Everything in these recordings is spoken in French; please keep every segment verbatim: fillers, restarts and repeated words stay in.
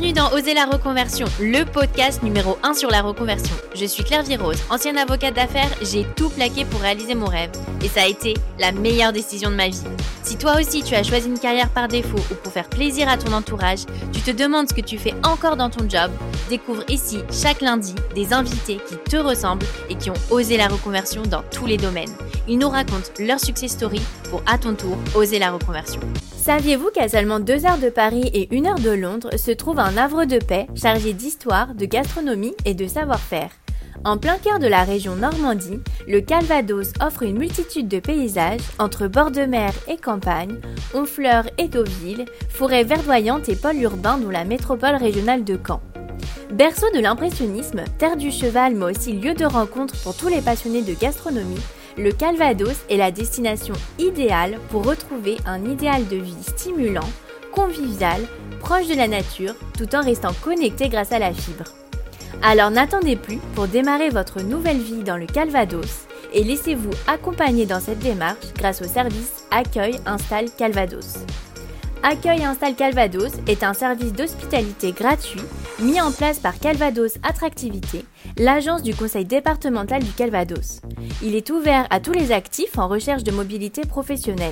Bienvenue dans Oser la reconversion, le podcast numéro un sur la reconversion. Je suis Claire Virose, ancienne avocate d'affaires, j'ai tout plaqué pour réaliser mon rêve. Et ça a été la meilleure décision de ma vie. Si toi aussi tu as choisi une carrière par défaut ou pour faire plaisir à ton entourage, tu te demandes ce que tu fais encore dans ton job, découvre ici, chaque lundi, des invités qui te ressemblent et qui ont osé la reconversion dans tous les domaines. Ils nous racontent leur success story pour, à ton tour, oser la reconversion. Saviez-vous qu'à seulement deux heures de Paris et une heure de Londres se trouve un havre de paix chargé d'histoire, de gastronomie et de savoir-faire? En plein cœur de la région Normandie, le Calvados offre une multitude de paysages entre bords de mer et campagne, Honfleur et Deauville, forêts verdoyantes et pôle urbain dont la métropole régionale de Caen. Berceau de l'impressionnisme, terre du cheval mais aussi lieu de rencontre pour tous les passionnés de gastronomie, le Calvados est la destination idéale pour retrouver un idéal de vie stimulant, convivial, proche de la nature, tout en restant connecté grâce à la fibre. Alors n'attendez plus pour démarrer votre nouvelle vie dans le Calvados et laissez-vous accompagner dans cette démarche grâce au service Accueil Installe Calvados. Accueil Installe Calvados est un service d'hospitalité gratuit mis en place par Calvados Attractivité, l'agence du conseil départemental du Calvados. Il est ouvert à tous les actifs en recherche de mobilité professionnelle.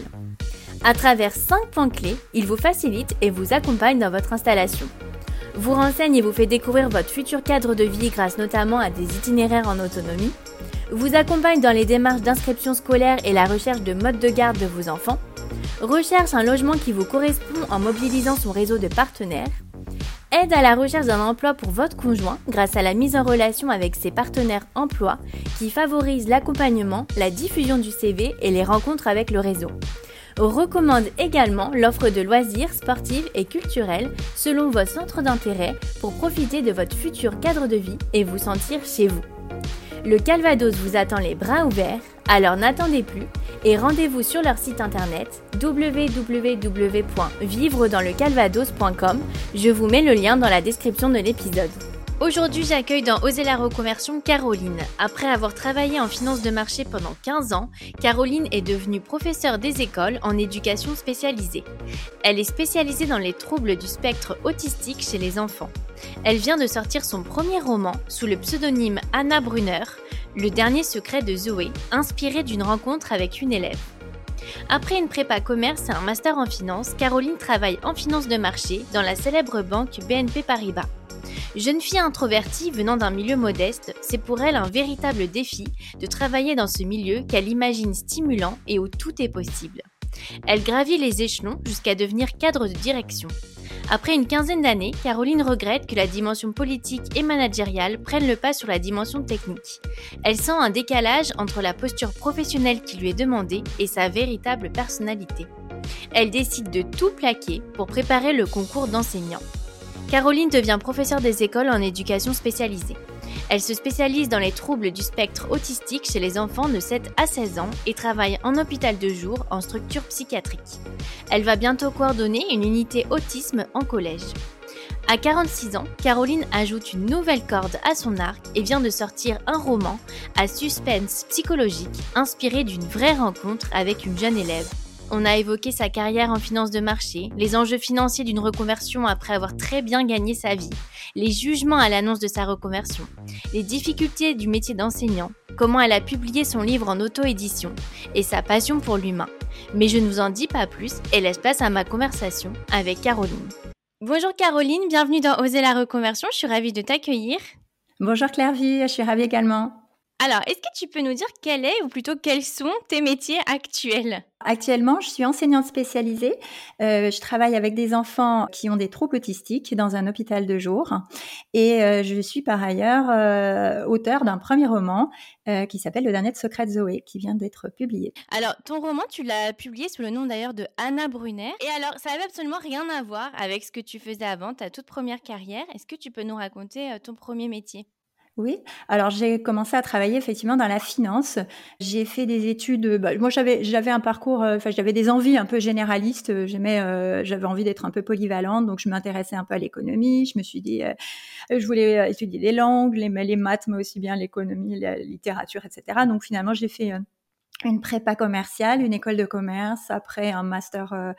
À travers cinq points clés, il vous facilite et vous accompagne dans votre installation. Vous renseigne et vous fait découvrir votre futur cadre de vie grâce notamment à des itinéraires en autonomie. Vous accompagne dans les démarches d'inscription scolaire et la recherche de modes de garde de vos enfants. Recherche un logement qui vous correspond en mobilisant son réseau de partenaires. Aide à la recherche d'un emploi pour votre conjoint grâce à la mise en relation avec ses partenaires emploi qui favorise l'accompagnement, la diffusion du C V et les rencontres avec le réseau. Recommande également l'offre de loisirs sportifs et culturels selon votre centre d'intérêt pour profiter de votre futur cadre de vie et vous sentir chez vous. Le Calvados vous attend les bras ouverts, alors n'attendez plus et rendez-vous sur leur site internet w w w point vivre dans le calvados point com. Je vous mets le lien dans la description de l'épisode. Aujourd'hui, j'accueille dans Oser la reconversion Caroline. Après avoir travaillé en finance de marché pendant quinze ans, Caroline est devenue professeure des écoles en éducation spécialisée. Elle est spécialisée dans les troubles du spectre autistique chez les enfants. Elle vient de sortir son premier roman sous le pseudonyme Anna Brunner, Le dernier secret de Zoé, inspiré d'une rencontre avec une élève. Après une prépa commerce et un master en finance, Caroline travaille en finance de marché dans la célèbre banque B N P Paribas. Jeune fille introvertie venant d'un milieu modeste, c'est pour elle un véritable défi de travailler dans ce milieu qu'elle imagine stimulant et où tout est possible. Elle gravit les échelons jusqu'à devenir cadre de direction. Après une quinzaine d'années, Caroline regrette que la dimension politique et managériale prenne le pas sur la dimension technique. Elle sent un décalage entre la posture professionnelle qui lui est demandée et sa véritable personnalité. Elle décide de tout plaquer pour préparer le concours d'enseignant. Caroline devient professeure des écoles en éducation spécialisée. Elle se spécialise dans les troubles du spectre autistique chez les enfants de sept à seize ans et travaille en hôpital de jour en structure psychiatrique. Elle va bientôt coordonner une unité autisme en collège. À quarante-six ans, Caroline ajoute une nouvelle corde à son arc et vient de sortir un roman à suspense psychologique inspiré d'une vraie rencontre avec une jeune élève. On a évoqué sa carrière en finance de marché, les enjeux financiers d'une reconversion après avoir très bien gagné sa vie, les jugements à l'annonce de sa reconversion, les difficultés du métier d'enseignant, comment elle a publié son livre en auto-édition et sa passion pour l'humain. Mais je ne vous en dis pas plus et laisse place à ma conversation avec Caroline. Bonjour Caroline, bienvenue dans Oser la reconversion, je suis ravie de t'accueillir. Bonjour Claire-Vie, je suis ravie également. Alors, est-ce que tu peux nous dire quel est, ou plutôt quels sont tes métiers actuels ? Actuellement, je suis enseignante spécialisée. Euh, je travaille avec des enfants qui ont des troubles autistiques dans un hôpital de jour. Et euh, je suis par ailleurs euh, auteure d'un premier roman euh, qui s'appelle Le dernier secret de Zoé, qui vient d'être publié. Alors, ton roman, tu l'as publié sous le nom d'ailleurs de Anna Brunner. Et alors, ça n'avait absolument rien à voir avec ce que tu faisais avant, ta toute première carrière. Est-ce que tu peux nous raconter euh, ton premier métier ? Oui, alors j'ai commencé à travailler effectivement dans la finance. J'ai fait des études. Bah, moi, j'avais j'avais un parcours. euh, Enfin, j'avais des envies un peu généralistes. euh, J'aimais, euh, j'avais envie d'être un peu polyvalente, donc je m'intéressais un peu à l'économie. Je me suis dit, euh, je voulais euh, étudier les langues, les, les maths, mais aussi bien l'économie, la littérature, et cetera. Donc finalement, j'ai fait euh, une prépa commerciale, une école de commerce, après un master euh,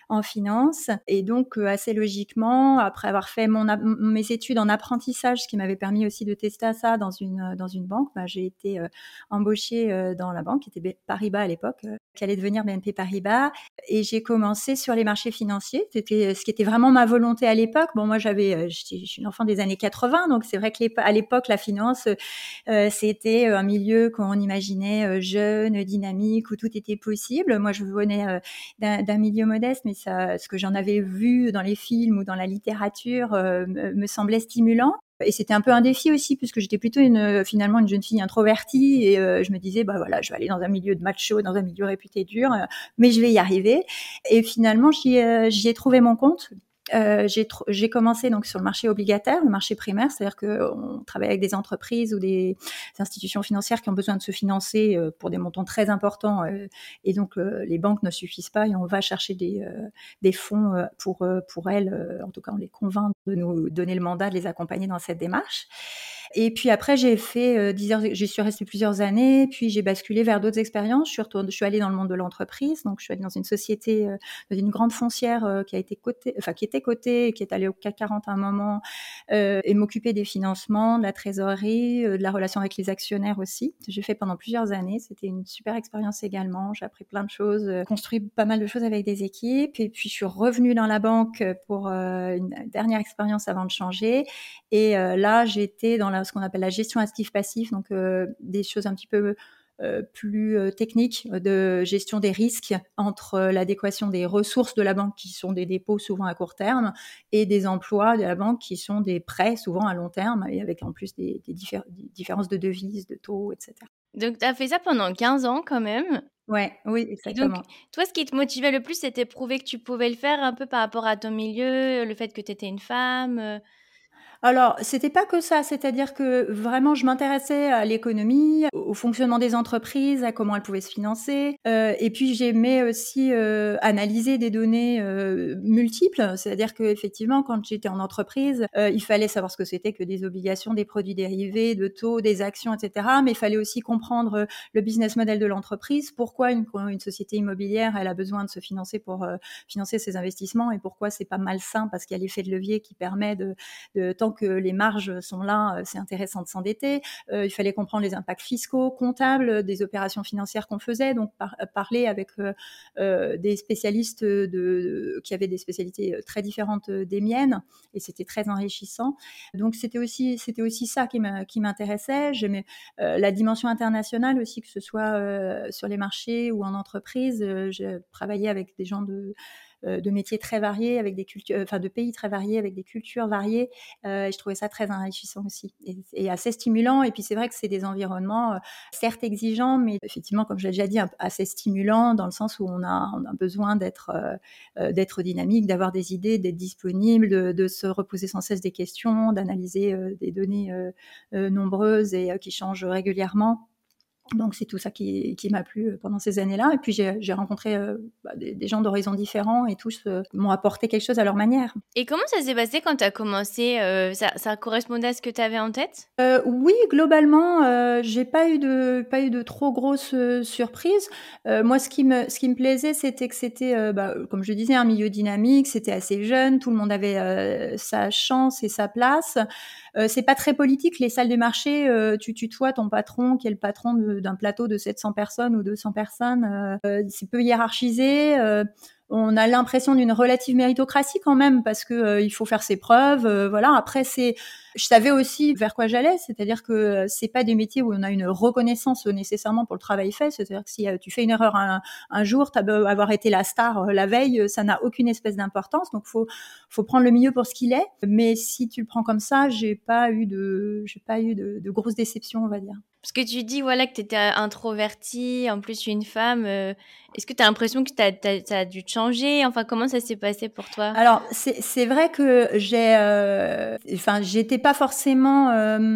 en finance. Et donc, euh, assez logiquement, après avoir fait mon, mes études en apprentissage, ce qui m'avait permis aussi de tester ça dans une, dans une banque, bah, j'ai été euh, embauchée euh, dans la banque, qui était Paribas à l'époque, euh, qui allait devenir B N P Paribas. Et j'ai commencé sur les marchés financiers. C'était ce qui était vraiment ma volonté à l'époque. Bon, moi, j'avais, euh, je suis une enfant des années quatre-vingts, donc c'est vrai qu'à l'époque, la finance, euh, c'était un milieu qu'on imaginait euh, jeune, dynamique, où tout était possible. Moi, je venais euh, d'un, d'un milieu modeste, mais ça, ce que j'en avais vu dans les films ou dans la littérature euh, me, me semblait stimulant. Et c'était un peu un défi aussi, puisque j'étais plutôt une, finalement une jeune fille introvertie, et euh, je me disais, bah voilà, je vais aller dans un milieu de macho, dans un milieu réputé dur, euh, mais je vais y arriver. Et finalement, j'y, euh, j'y ai trouvé mon compte. Euh, j'ai, tr- j'ai commencé donc sur le marché obligataire, le marché primaire, c'est-à-dire qu'on travaille avec des entreprises ou des institutions financières qui ont besoin de se financer euh, pour des montants très importants, euh, et donc euh, les banques ne suffisent pas et on va chercher des, euh, des fonds euh, pour, euh, pour elles, euh, en tout cas on les convainc de nous donner le mandat de les accompagner dans cette démarche. Et puis après, j'ai fait euh, dix heures, j'y suis restée plusieurs années, puis j'ai basculé vers d'autres expériences. Je suis retournée, je suis allée dans le monde de l'entreprise, donc je suis allée dans une société, euh, dans une grande foncière euh, qui a été cotée, enfin qui était cotée, qui est allée au C A C quarante à un moment, euh, et m'occuper des financements, de la trésorerie, euh, de la relation avec les actionnaires aussi. J'ai fait pendant plusieurs années. C'était une super expérience également. J'ai appris plein de choses, euh, construit pas mal de choses avec des équipes. Et puis je suis revenue dans la banque pour euh, une dernière expérience avant de changer. Et euh, là, j'étais dans la ce qu'on appelle la gestion active-passif, donc euh, des choses un petit peu euh, plus euh, techniques de gestion des risques entre euh, l'adéquation des ressources de la banque qui sont des dépôts souvent à court terme et des emplois de la banque qui sont des prêts souvent à long terme et avec en plus des, des, diffé- des différences de devises, de taux, et cetera. Donc, tu as fait ça pendant quinze ans quand même. Ouais, oui, Et donc, exactement. toi, ce qui te motivait le plus, c'était prouver que tu pouvais le faire un peu par rapport à ton milieu, le fait que tu étais une femme. euh, Alors, c'était pas que ça, c'est-à-dire que vraiment je m'intéressais à l'économie, au fonctionnement des entreprises, à comment elles pouvaient se financer, euh, et puis j'aimais aussi euh, analyser des données euh, multiples, c'est-à-dire que effectivement quand j'étais en entreprise, euh, il fallait savoir ce que c'était que des obligations, des produits dérivés, de taux, des actions, et cetera. Mais il fallait aussi comprendre le business model de l'entreprise, pourquoi une, une société immobilière elle a besoin de se financer pour euh, financer ses investissements et pourquoi c'est pas malsain parce qu'il y a l'effet de levier qui permet de, de tant que les marges sont là, c'est intéressant de s'endetter. Euh, il fallait comprendre les impacts fiscaux, comptables des opérations financières qu'on faisait, donc par, parler avec euh, euh, des spécialistes de, de, qui avaient des spécialités très différentes des miennes, et c'était très enrichissant. Donc c'était aussi, c'était aussi ça qui, qui m'intéressait. J'aimais euh, la dimension internationale aussi, que ce soit euh, sur les marchés ou en entreprise. Euh, j'ai travaillé avec des gens de de métiers très variés, avec des cultures, enfin de pays très variés, avec des cultures variées. Euh, et je trouvais ça très enrichissant aussi et, et assez stimulant. Et puis c'est vrai que c'est des environnements euh, certes exigeants, mais effectivement, comme je l'ai déjà dit, assez stimulants dans le sens où on a, on a besoin d'être, euh, d'être dynamique, d'avoir des idées, d'être disponible, de, de se reposer sans cesse des questions, d'analyser euh, des données euh, euh, nombreuses et euh, qui changent régulièrement. Donc c'est tout ça qui, qui m'a plu pendant ces années-là. Et puis j'ai, j'ai rencontré euh, bah, des, des gens d'horizons différents et tous euh, m'ont apporté quelque chose à leur manière. Et comment ça s'est passé quand tu as commencé euh, ça, ça correspondait à ce que tu avais en tête? Euh, oui, globalement, euh, j'ai pas eu de pas eu de trop grosses euh, surprises. Euh, moi, ce qui me ce qui me plaisait, c'était que c'était, euh, bah, comme je disais, un milieu dynamique. C'était assez jeune, tout le monde avait euh, sa chance et sa place. Euh, c'est pas très politique. Les salles des marchés, euh, tu tutoies ton patron, qui est le patron de, d'un plateau de sept cents personnes ou deux cents personnes. Euh, c'est peu hiérarchisé. Euh, on a l'impression d'une relative méritocratie quand même parce que euh, il faut faire ses preuves. Euh, voilà. Après, c'est je savais aussi vers quoi j'allais, c'est-à-dire que c'est pas des métiers où on a une reconnaissance nécessairement pour le travail fait. C'est-à-dire que si tu fais une erreur un, un jour, tu as beau avoir été la star la veille, ça n'a aucune espèce d'importance. Donc faut faut prendre le milieu pour ce qu'il est. Mais si tu le prends comme ça, j'ai pas eu de j'ai pas eu de, de grosses déceptions, on va dire. Parce que tu dis voilà, que tu étais introvertie, en plus une femme. Euh, est-ce que tu as l'impression que ça a dû te changer? Enfin, comment ça s'est passé pour toi? Alors, c'est, c'est vrai que j'ai... Euh, enfin, j'étais pas forcément... Euh,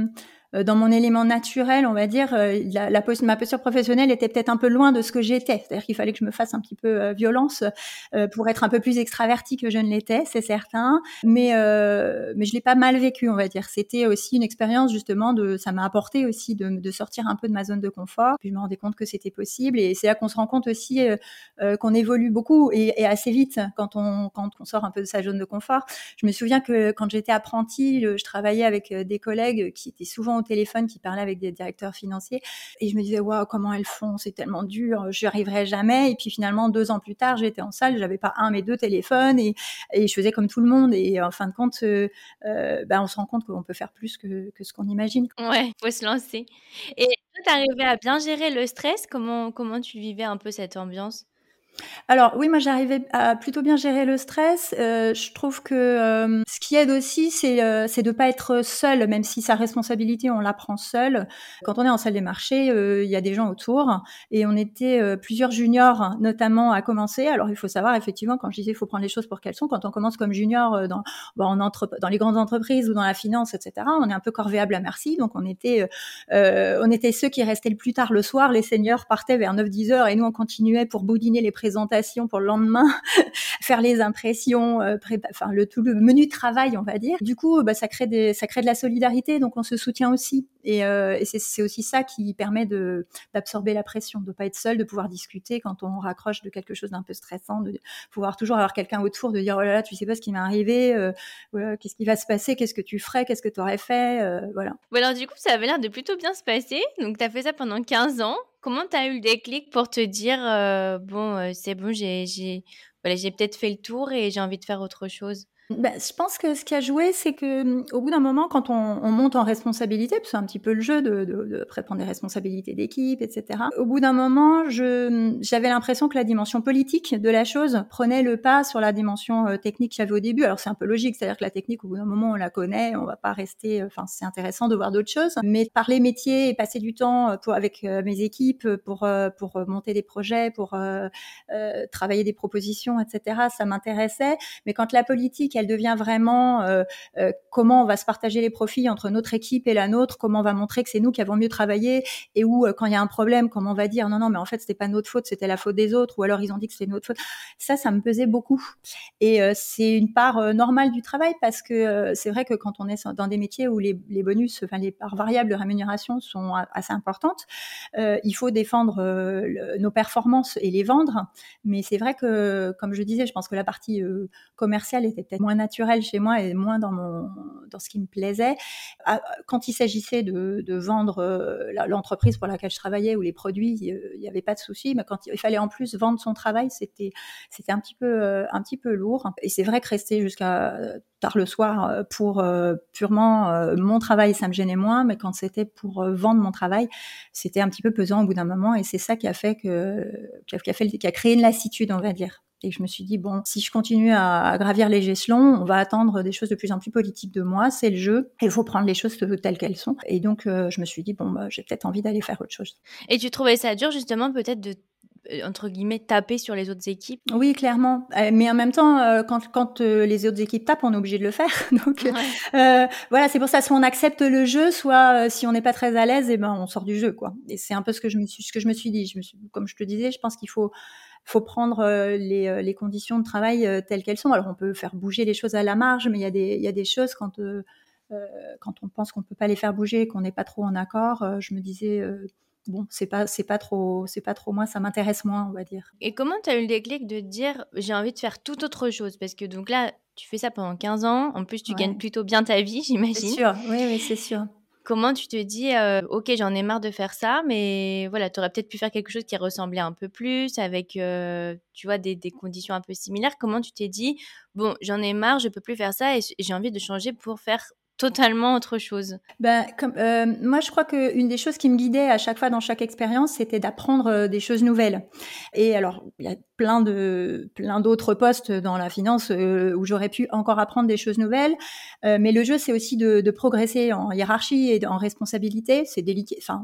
euh, dans mon élément naturel, on va dire, euh, la, la post- ma posture professionnelle était peut-être un peu loin de ce que j'étais. C'est-à-dire qu'il fallait que je me fasse un petit peu euh, violence euh, pour être un peu plus extravertie que je ne l'étais, c'est certain. Mais euh, mais je l'ai pas mal vécu, on va dire. C'était aussi une expérience justement de, ça m'a apporté aussi de, de sortir un peu de ma zone de confort. Puis je me rendais compte que c'était possible, et c'est là qu'on se rend compte aussi euh, euh, qu'on évolue beaucoup et, et assez vite quand on quand on sort un peu de sa zone de confort. Je me souviens que quand j'étais apprentie, je travaillais avec des collègues qui étaient souvent au téléphone, qui parlaient avec des directeurs financiers, et je me disais waouh, comment elles font, c'est tellement dur, j'y arriverai jamais. Et puis finalement, deux ans plus tard, j'étais en salle, j'avais pas un mais deux téléphones, et, et je faisais comme tout le monde. Et en fin de compte, euh, euh, ben on se rend compte qu'on peut faire plus que, que ce qu'on imagine. Ouais, faut se lancer. Et toi, t'arrivais à bien gérer le stress? Comment comment tu vivais un peu cette ambiance? Alors oui, moi j'arrivais à plutôt bien gérer le stress. Heu, je trouve que, hem, ce qui aide aussi, c'est, heu, c'est de pas être seul, même si sa responsabilité, on la prend seul. Quand on est en salle des marchés, heu, il y a des gens autour, et on était, heu, plusieurs juniors notamment à commencer. Alors il faut savoir effectivement, quand je disais: «Il faut prendre les choses pour qu'elles sont», quand on commence comme junior, heu, dans bah, en entre dans les grandes entreprises ou dans la finance et cetera, on est un peu corvéable à merci. Donc on était, heu heu, on était ceux qui restaient le plus tard le soir. Les seniors partaient vers neuf dix heures et nous on continuait pour boudiner les présentations pour le lendemain, faire les impressions, euh, prépa- enfin le tout le menu de travail, on va dire. Du coup, bah, ça crée des, ça crée de la solidarité, donc on se soutient aussi. Et, euh, et c'est, c'est aussi ça qui permet de d'absorber la pression, de pas être seul, de pouvoir discuter quand on raccroche de quelque chose d'un peu stressant, de pouvoir toujours avoir quelqu'un autour, de dire oh là là, tu sais pas ce qui m'est arrivé, euh, ouais, qu'est-ce qui va se passer, qu'est-ce que tu ferais, qu'est-ce que tu aurais fait, euh, voilà. Bon alors du coup, ça avait l'air de plutôt bien se passer. Donc tu as fait ça pendant quinze ans. Comment tu as eu le déclic pour te dire, heu: «Bon, heu, c'est bon, j'ai j'ai voilà, j'ai peut-être fait le tour et j'ai envie de faire autre chose»? Bah, je pense que ce qui a joué, c'est que, mmh, au bout d'un moment, quand on on monte en responsabilité, parce que c'est un petit peu le jeu de de de après prendre des responsabilités d'équipe et cetera. Au bout d'un moment, je, mmh, j'avais l'impression que la dimension politique de la chose prenait le pas sur la dimension, heu, technique que j'avais au début. Alors c'est un peu logique, c'est-à-dire que la technique, au bout d'un moment, on la connaît, on va pas rester, enfin, c'est intéressant de voir d'autres choses. Mais parler métier et passer du temps, heu, pour avec, heu, mes équipes, pour, heu, pour, heu, monter des projets, pour, heu heu, travailler des propositions et cetera, ça m'intéressait. Mais quand la politique, elle devient vraiment euh, euh, comment on va se partager les profits entre notre équipe et la nôtre, comment on va montrer que c'est nous qui avons mieux travaillé, et où euh, quand il y a un problème, comment on va dire non non mais en fait c'était pas notre faute, c'était la faute des autres, ou alors ils ont dit que c'était notre faute. Ça, ça me pesait beaucoup. Et euh, c'est une part euh, normale du travail, parce que euh, c'est vrai que quand on est dans des métiers où les, les bonus, enfin les parts variables de rémunération sont assez importantes, euh, il faut défendre euh, le, nos performances et les vendre. Mais c'est vrai que, comme je disais, je pense que la partie euh, commerciale était peut-être moins naturelle chez moi et moins dans mon dans ce qui me plaisait. Quand il s'agissait de, de vendre euh, l'entreprise pour laquelle je travaillais ou les produits, il n'y avait pas de souci. Mais quand il fallait en plus vendre son travail, c'était c'était un petit peu euh, un petit peu lourd. Et c'est vrai que rester jusqu'à tard le soir pour euh, purement euh, mon travail, ça me gênait moins. Mais quand c'était pour euh, vendre mon travail, c'était un petit peu pesant au bout d'un moment. Et c'est ça qui a fait que qui a, fait qui a créé une lassitude, on va dire. Et je me suis dit, bon, si je continue à, à gravir les échelons, on va attendre des choses de plus en plus politiques de moi, c'est le jeu, et il faut prendre les choses telles qu'elles sont. Et donc, euh, je me suis dit, bon, bah, j'ai peut-être envie d'aller faire autre chose. Et tu trouvais ça dur justement peut-être de, euh, entre guillemets, taper sur les autres équipes? Oui, clairement. Euh, mais en même temps, euh, quand, quand euh, les autres équipes tapent, on est obligé de le faire. Donc, Ouais. euh, voilà, c'est pour ça, soit on accepte le jeu, soit euh, si on n'est pas très à l'aise, et ben on sort du jeu, quoi. Et c'est un peu ce que je me suis, ce que je me suis dit. Je me suis, comme je te disais, je pense qu'il faut faut prendre euh, les, euh, les conditions de travail euh, telles qu'elles sont. Alors on peut faire bouger les choses à la marge, mais il y a des, il y a des choses quand, euh, euh, quand on pense qu'on peut pas les faire bouger, qu'on n'est pas trop en accord. Euh, je me disais euh, bon, c'est pas, c'est pas trop, c'est pas trop moi, ça m'intéresse moins, on va dire. Et comment tu as eu le déclic de te dire j'ai envie de faire toute autre chose? Parce que donc là, tu fais ça pendant quinze ans. En plus, tu gagnes Ouais, plutôt bien ta vie, c'est j'imagine. sûr. Oui, oui, c'est sûr. Comment tu te dis, heu: «OK, j'en ai marre de faire ça», mais voilà, tu aurais peut-être pu faire quelque chose qui ressemblait un peu plus avec, heu, tu vois, des des conditions un peu similaires. Comment tu t'es dit: «Bon, j'en ai marre, je peux plus faire ça et j j'ai envie de changer pour faire totalement autre chose»? Ben, comme, euh, moi, je crois qu'une des choses qui me guidait à chaque fois dans chaque expérience, c'était d'apprendre euh, des choses nouvelles. Et alors, il y a plein de plein d'autres postes dans la finance euh, où j'aurais pu encore apprendre des choses nouvelles. Euh, mais le jeu, c'est aussi de, de progresser en hiérarchie et en responsabilité. C'est délicat. Enfin, bon,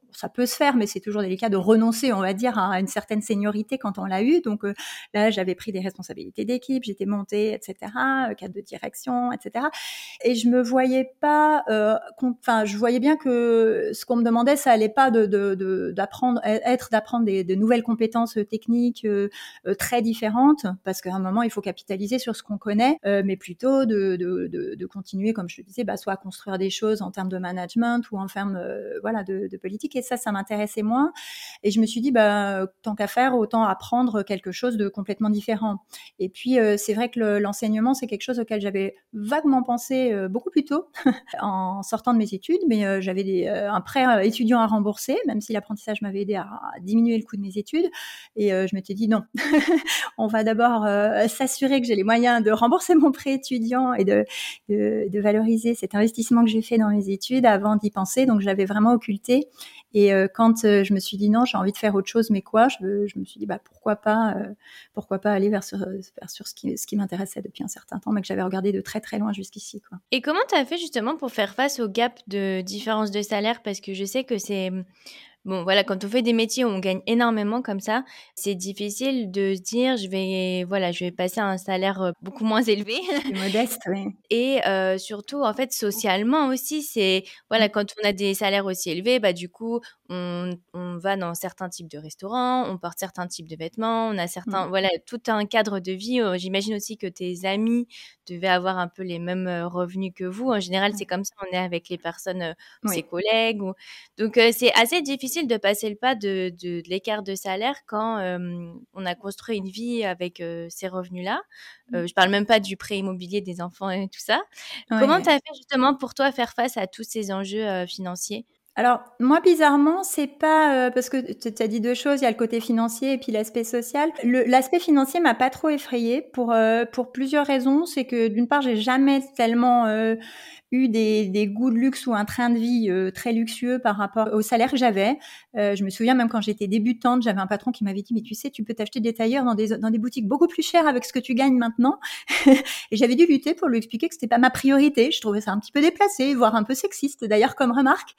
ça peut se faire, mais c'est toujours délicat de renoncer, on va dire, à une certaine seniorité quand on l'a eu. Donc euh, là, j'avais pris des responsabilités d'équipe, j'étais montée, et cetera, euh, cadre de direction, et cetera. Et je me voyais pas, euh, enfin, je voyais bien que ce qu'on me demandait, ça allait pas de, de, de d'apprendre, être d'apprendre des, de nouvelles compétences techniques euh, euh, très différentes, parce qu'à un moment, il faut capitaliser sur ce qu'on connaît, euh, mais plutôt de, de, de, de continuer, comme je te disais, bah, soit à construire des choses en termes de management ou en termes, euh, voilà, de, de politique. Et ça, ça m'intéressait moins. Et je me suis dit, bah, tant qu'à faire, autant apprendre quelque chose de complètement différent. Et puis, euh, c'est vrai que le, l'enseignement, c'est quelque chose auquel j'avais vaguement pensé euh, beaucoup plus tôt en sortant de mes études, mais euh, j'avais des, euh, un prêt euh, étudiant à rembourser, même si l'apprentissage m'avait aidé à, à diminuer le coût de mes études. Et euh, je m'étais dit non, on va d'abord euh, s'assurer que j'ai les moyens de rembourser mon prêt étudiant et de, de, de valoriser cet investissement que j'ai fait dans mes études avant d'y penser. Donc, j'avais vraiment occulté. Et euh, quand euh, je me suis dit non, j'ai envie de faire autre chose, mais quoi, je, je me suis dit bah pourquoi pas, euh, pourquoi pas aller vers, sur, vers sur ce qui, ce qui m'intéressait depuis un certain temps, mais que j'avais regardé de très très loin jusqu'ici, quoi. Et comment tu as fait justement pour faire face au gap de différence de salaire? Parce que je sais que c'est... Bon, voilà, quand on fait des métiers où on gagne énormément comme ça, c'est difficile de se dire, je vais, voilà, je vais passer à un salaire euh, beaucoup moins élevé. Plus modeste, oui. Et euh, surtout, en fait, socialement aussi, c'est, voilà, quand on a des salaires aussi élevés, bah, du coup, on, on va dans certains types de restaurants, on porte certains types de vêtements, on a certains, Mm. voilà, tout un cadre de vie. Euh, J'imagine aussi que tes amis devaient avoir un peu les mêmes euh, revenus que vous. En général, c'est comme ça, on est avec les personnes, euh, ses Oui. collègues. Ou... Donc, euh, c'est assez difficile de passer le pas de, de, de l'écart de salaire quand euh, on a construit une vie avec euh, ces revenus-là. Euh, je parle même pas du prêt immobilier des enfants et tout ça. Ouais, Comment ouais. tu as fait justement pour toi faire face à tous ces enjeux euh, financiers? Alors, moi, bizarrement, c'est pas euh, parce que tu as dit deux choses. Il y a le côté financier et puis l'aspect social. Le, l'aspect financier m'a pas trop effrayée pour euh, pour plusieurs raisons. C'est que d'une part, j'ai jamais tellement euh, eu des, des goûts de luxe ou un train de vie euh, très luxueux par rapport au salaire que j'avais. Euh, je me souviens même quand j'étais débutante, j'avais un patron qui m'avait dit mais tu sais, tu peux t'acheter des tailleurs dans des dans des boutiques beaucoup plus chères avec ce que tu gagnes maintenant. Et j'avais dû lutter pour lui expliquer que c'était pas ma priorité. Je trouvais ça un petit peu déplacé, voire un peu sexiste d'ailleurs comme remarque.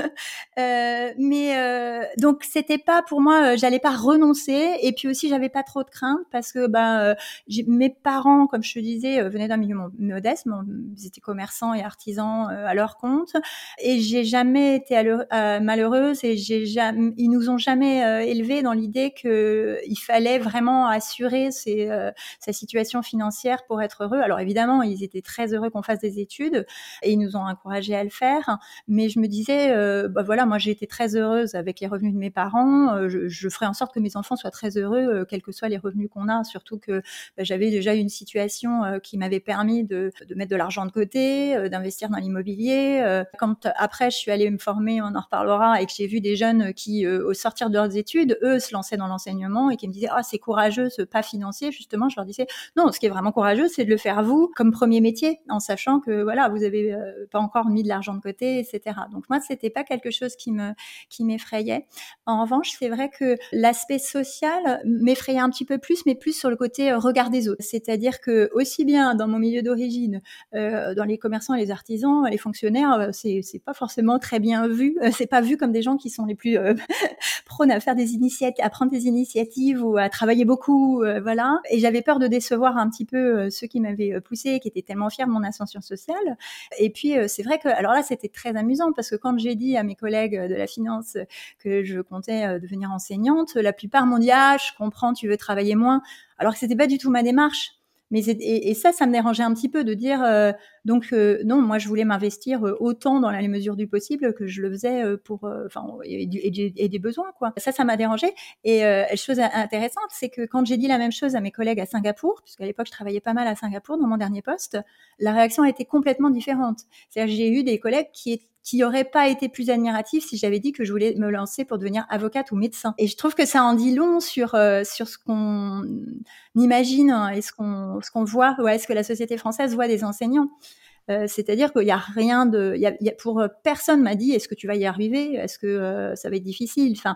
euh, mais euh, donc c'était pas pour moi, euh, j'allais pas renoncer. Et puis aussi j'avais pas trop de crainte parce que bah euh, j'ai, mes parents, comme je te disais, euh, venaient d'un milieu modeste. Bon, ils étaient commerçants et artisans euh, à leur compte. Et j'ai jamais été alleur, euh, malheureuse et j'ai jamais, ils nous ont jamais euh, élevés dans l'idée que il fallait vraiment assurer ses, euh, sa situation financière pour être heureux. Alors évidemment, ils étaient très heureux qu'on fasse des études et ils nous ont encouragés à le faire. Mais je me disais, euh, bah voilà, moi j'ai été très heureuse avec les revenus de mes parents. Euh, je, je ferai en sorte que mes enfants soient très heureux, euh, quels que soient les revenus qu'on a. Surtout que bah, j'avais déjà une situation euh, qui m'avait permis de, de mettre de l'argent de côté, euh, d'investir dans l'immobilier. Euh, quand après je suis allée me former, on en reparlera, et que j'ai vu des jeunes qui, euh, au sortir de leurs études, eux se lançaient dans l'enseignement et qui me disaient, ah c'est courageux ce pas financier. Justement, je leur disais, non, ce qui est vraiment courageux, c'est de le faire vous comme premier métier, en sachant que voilà, vous avez euh, pas encore mis de l'argent de côté, et cetera. Donc moi, c'était pas quelque chose qui me qui m'effrayait. En revanche, c'est vrai que l'aspect social m'effrayait un petit peu plus, mais plus sur le côté euh, regard des autres. C'est-à-dire que aussi bien dans mon milieu d'origine, euh, dans les commerçants et les artisans, les fonctionnaires, euh, c'est c'est pas forcément très bien vu. Euh, c'est pas vu comme des gens qui sont les plus euh, prône à faire des initiatives, à prendre des initiatives ou à travailler beaucoup, euh, voilà. Et j'avais peur de décevoir un petit peu euh, ceux qui m'avaient poussé, qui étaient tellement fiers de mon ascension sociale. Et puis euh, c'est vrai que, alors là, c'était très amusant parce que quand j'ai dit à mes collègues de la finance que je comptais euh, devenir enseignante, la plupart m'ont dit ah, je comprends, tu veux travailler moins, alors que c'était pas du tout ma démarche. Mais et, et ça, ça me dérangeait un petit peu de dire euh, donc euh, non, moi je voulais m'investir euh, autant dans la mesure du possible que je le faisais euh, pour enfin euh, et, et, et des besoins quoi. Ça, ça m'a dérangé. Et euh, chose intéressante, c'est que quand j'ai dit la même chose à mes collègues à Singapour, puisqu'à l'époque je travaillais pas mal à Singapour dans mon dernier poste, la réaction a été complètement différente. C'est-à-dire j'ai eu des collègues qui qui n'aurait pas été plus admiratif si j'avais dit que je voulais me lancer pour devenir avocate ou médecin. Et je trouve que ça en dit long sur euh, sur ce qu'on imagine et ce qu'on ce qu'on voit, ouais, ce que la société française voit des enseignants. Euh, c'est-à-dire qu'il y a rien de, il y a, il y a pour personne m'a dit est-ce que tu vas y arriver, est-ce que euh, ça va être difficile. Enfin,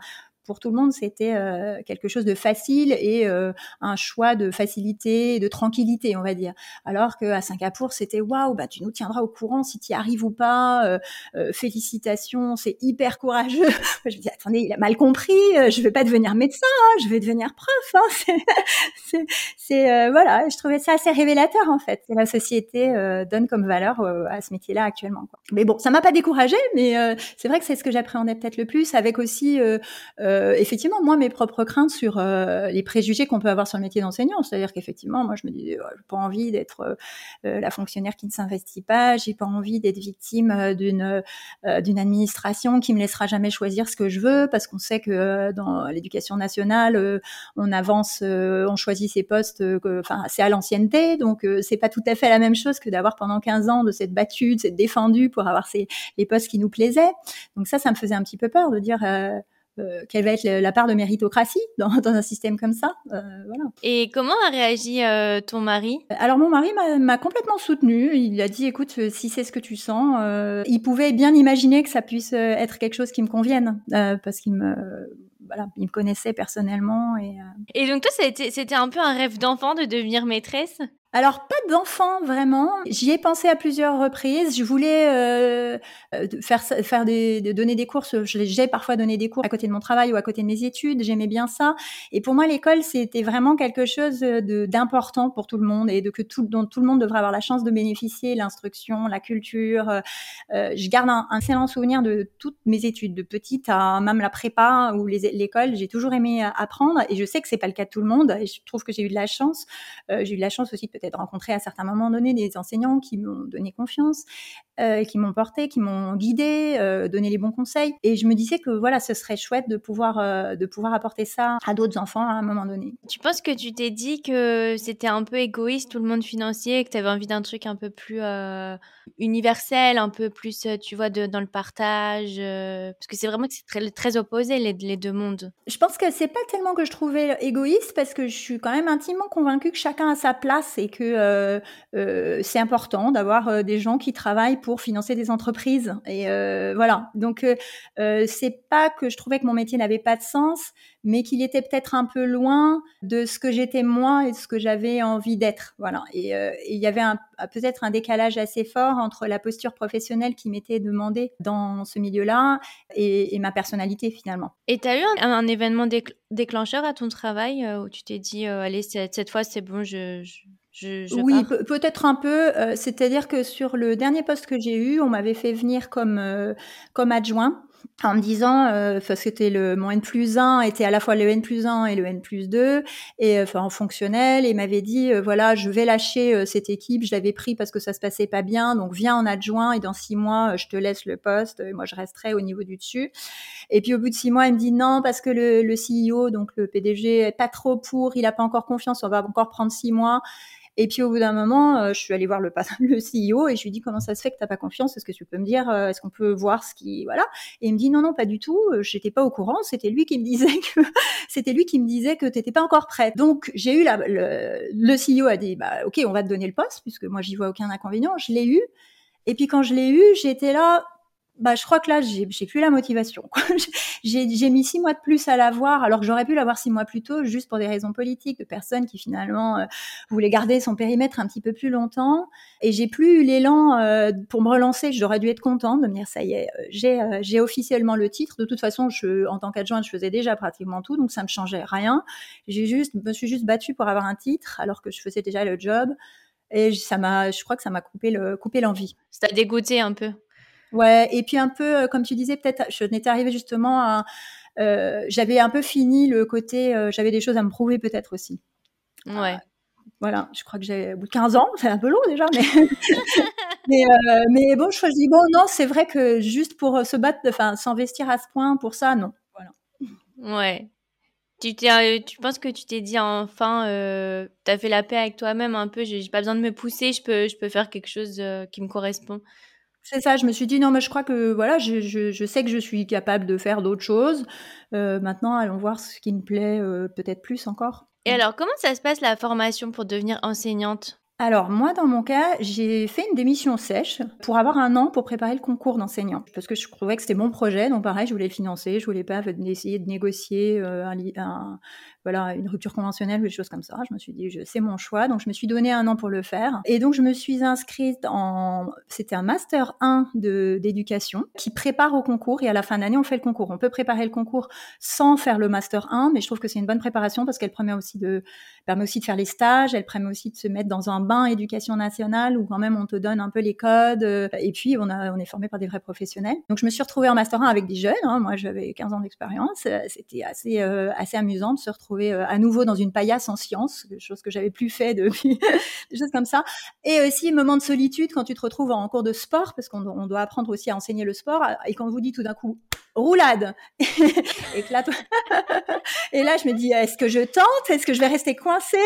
pour tout le monde, c'était euh, quelque chose de facile et euh, un choix de facilité, de tranquillité, on va dire. Alors qu'à Singapour, c'était waouh, bah tu nous tiendras au courant si tu y arrives ou pas. Euh, euh, félicitations, c'est hyper courageux. Je me dis attendez, il a mal compris. Euh, je vais pas devenir médecin, hein, je vais devenir prof. Hein, c'est, c'est, c'est euh, voilà. Je trouvais ça assez révélateur en fait. La société euh, donne comme valeur euh, à ce métier-là actuellement, quoi. Mais bon, ça m'a pas découragée, mais euh, c'est vrai que c'est ce que j'appréhendais peut-être le plus, avec aussi euh, euh, effectivement moi mes propres craintes sur euh, les préjugés qu'on peut avoir sur le métier d'enseignant. C'est-à-dire qu'effectivement, moi je me disais, oh, j'ai pas envie d'être euh, la fonctionnaire qui ne s'investit pas, j'ai pas envie d'être victime euh, d'une euh, d'une administration qui me laissera jamais choisir ce que je veux, parce qu'on sait que euh, dans l'éducation nationale, euh, on avance, euh, on choisit ses postes, enfin euh, c'est à l'ancienneté, donc euh, c'est pas tout à fait la même chose que d'avoir pendant quinze ans de s'être battu, de s'être défendu pour avoir ces, les postes qui nous plaisaient. Donc ça, ça me faisait un petit peu peur de dire euh, euh, quelle va être la part de méritocratie dans, dans un système comme ça. Euh, voilà. Et comment a réagi euh, ton mari ? Alors mon mari m'a, m'a complètement soutenue. Il a dit, écoute, si c'est ce que tu sens, euh, il pouvait bien imaginer que ça puisse être quelque chose qui me convienne, euh, parce qu'il me... Voilà, il me connaissait personnellement. Et, euh... et donc toi, ça a été, c'était un peu un rêve d'enfant de devenir maîtresse ? Alors, pas d'enfant, vraiment. J'y ai pensé à plusieurs reprises. Je voulais euh, faire, faire des, de donner des cours. J'ai parfois donné des cours à côté de mon travail ou à côté de mes études. J'aimais bien ça. Et pour moi, l'école, c'était vraiment quelque chose de, d'important pour tout le monde et de que tout, dont tout le monde devrait avoir la chance de bénéficier, l'instruction, la culture. Euh, je garde un, un excellent souvenir de toutes mes études, de petite à même la prépa ou les, l'école. J'ai toujours aimé apprendre et je sais que c'est pas le cas de tout le monde. Et je trouve que j'ai eu de la chance. Euh, j'ai eu de la chance aussi peut-être de rencontrer à certains moments donnés des enseignants qui m'ont donné confiance, euh, qui m'ont porté, qui m'ont guidé, euh, donné les bons conseils. Et je me disais que voilà, ce serait chouette de pouvoir, euh, de pouvoir apporter ça à d'autres enfants à un moment donné. Tu penses que tu t'es dit que c'était un peu égoïste tout le monde financier et que tu avais envie d'un truc un peu plus euh, universel, un peu plus, tu vois, de, dans le partage euh, parce que c'est vraiment que c'est très, très opposé les, les deux mondes. Je pense que c'est pas tellement que je trouvais égoïste parce que je suis quand même intimement convaincue que chacun a sa place et que euh, euh, c'est important d'avoir euh, des gens qui travaillent pour financer des entreprises. Et euh, voilà. Donc euh, euh, c'est pas que je trouvais que mon métier n'avait pas de sens, mais qu'il était peut-être un peu loin de ce que j'étais moi et de ce que j'avais envie d'être. Voilà. Et euh, il y avait un, peut-être un décalage assez fort entre la posture professionnelle qui m'était demandée dans ce milieu-là et, et ma personnalité finalement. Et tu as eu un, un événement décl- déclencheur à ton travail euh, où tu t'es dit euh, allez cette, cette fois c'est bon je, je, je, je oui, pars. pe- peut-être un peu. Euh, c'est-à-dire que sur le dernier poste que j'ai eu, on m'avait fait venir comme euh, comme adjoint en me disant, euh, parce que c'était le mon N plus un était à la fois le N plus un et le N plus deux, et enfin en fonctionnel, et il m'avait dit, euh, voilà, je vais lâcher euh, cette équipe, je l'avais pris parce que ça se passait pas bien, donc viens en adjoint, et dans six mois, euh, je te laisse le poste, et moi je resterai au niveau du dessus. Et puis au bout de six mois, il me dit non, parce que le, le C E O, donc le P D G, est pas trop pour, il a pas encore confiance, on va encore prendre six mois. Et puis au bout d'un moment, euh, je suis allée voir le, le C E O et je lui dis comment ça se fait que t'as pas confiance, est-ce que tu peux me dire, euh, est-ce qu'on peut voir ce qui, voilà. Et il me dit non non pas du tout, euh, j'étais pas au courant, c'était lui qui me disait que c'était lui qui me disait que t'étais pas encore prête. Donc j'ai eu la, le, le C E O a dit bah ok on va te donner le poste puisque moi j'y vois aucun inconvénient, je l'ai eu. Et puis quand je l'ai eu, j'étais là. Bah, je crois que là, j'ai, j'ai plus la motivation, quoi. J'ai, j'ai mis six mois de plus à l'avoir, alors que j'aurais pu l'avoir six mois plus tôt, juste pour des raisons politiques, de personnes qui finalement euh, voulaient garder son périmètre un petit peu plus longtemps. Et j'ai plus eu l'élan euh, pour me relancer. J'aurais dû être contente de me dire, ça y est, j'ai, euh, j'ai officiellement le titre. De toute façon, je, en tant qu'adjointe, je faisais déjà pratiquement tout, donc ça me changeait rien. J'ai juste, me suis juste battue pour avoir un titre, alors que je faisais déjà le job. Et ça m'a, je crois que ça m'a coupé le, coupé l'envie. Ça t'a dégoûté un peu. Ouais, et puis un peu, comme tu disais, peut-être, je n'étais arrivée justement à, euh, j'avais un peu fini le côté, euh, j'avais des choses à me prouver peut-être aussi. Ouais. Euh, voilà, je crois que j'ai, au bout de quinze ans, c'est un peu long déjà, mais, mais, euh, mais bon, je me dis, bon, non, c'est vrai que juste pour se battre, enfin, s'investir à ce point pour ça, non. Voilà. Ouais. Tu, t'es, tu penses que tu t'es dit enfin, euh, t'as fait la paix avec toi-même un peu, j'ai, j'ai pas besoin de me pousser, je peux, je peux faire quelque chose euh, qui me correspond. C'est ça, je me suis dit non mais je crois que voilà, je, je, je sais que je suis capable de faire d'autres choses. Euh, maintenant, allons voir ce qui me plaît euh, peut-être plus encore. Et alors, comment ça se passe la formation pour devenir enseignante ? Alors moi, dans mon cas, j'ai fait une démission sèche pour avoir un an pour préparer le concours d'enseignant. Parce que je trouvais que c'était mon projet, donc pareil, je voulais le financer, je voulais pas essayer de négocier euh, un, un, voilà, une rupture conventionnelle ou des choses comme ça. Je me suis dit, je, c'est mon choix, donc je me suis donné un an pour le faire. Et donc je me suis inscrite en... C'était un master un de, d'éducation qui prépare au concours, et à la fin de l'année, on fait le concours. On peut préparer le concours sans faire le master un, mais je trouve que c'est une bonne préparation parce qu'elle permet aussi de, permet aussi de faire les stages, elle permet aussi de se mettre dans un bain éducation nationale où quand même on te donne un peu les codes, euh, et puis on, a, on est formé par des vrais professionnels. Donc je me suis retrouvée en master un avec des jeunes, hein. Moi j'avais quinze ans d'expérience, c'était assez, euh, assez amusant de se retrouver euh, à nouveau dans une paillasse en sciences, chose que j'avais plus fait depuis, des choses comme ça. Et aussi moment de solitude quand tu te retrouves en cours de sport, parce qu'on on doit apprendre aussi à enseigner le sport, et quand on vous dit tout d'un coup roulade et que là, et là je me dis est-ce que je tente, est-ce que je vais rester coincée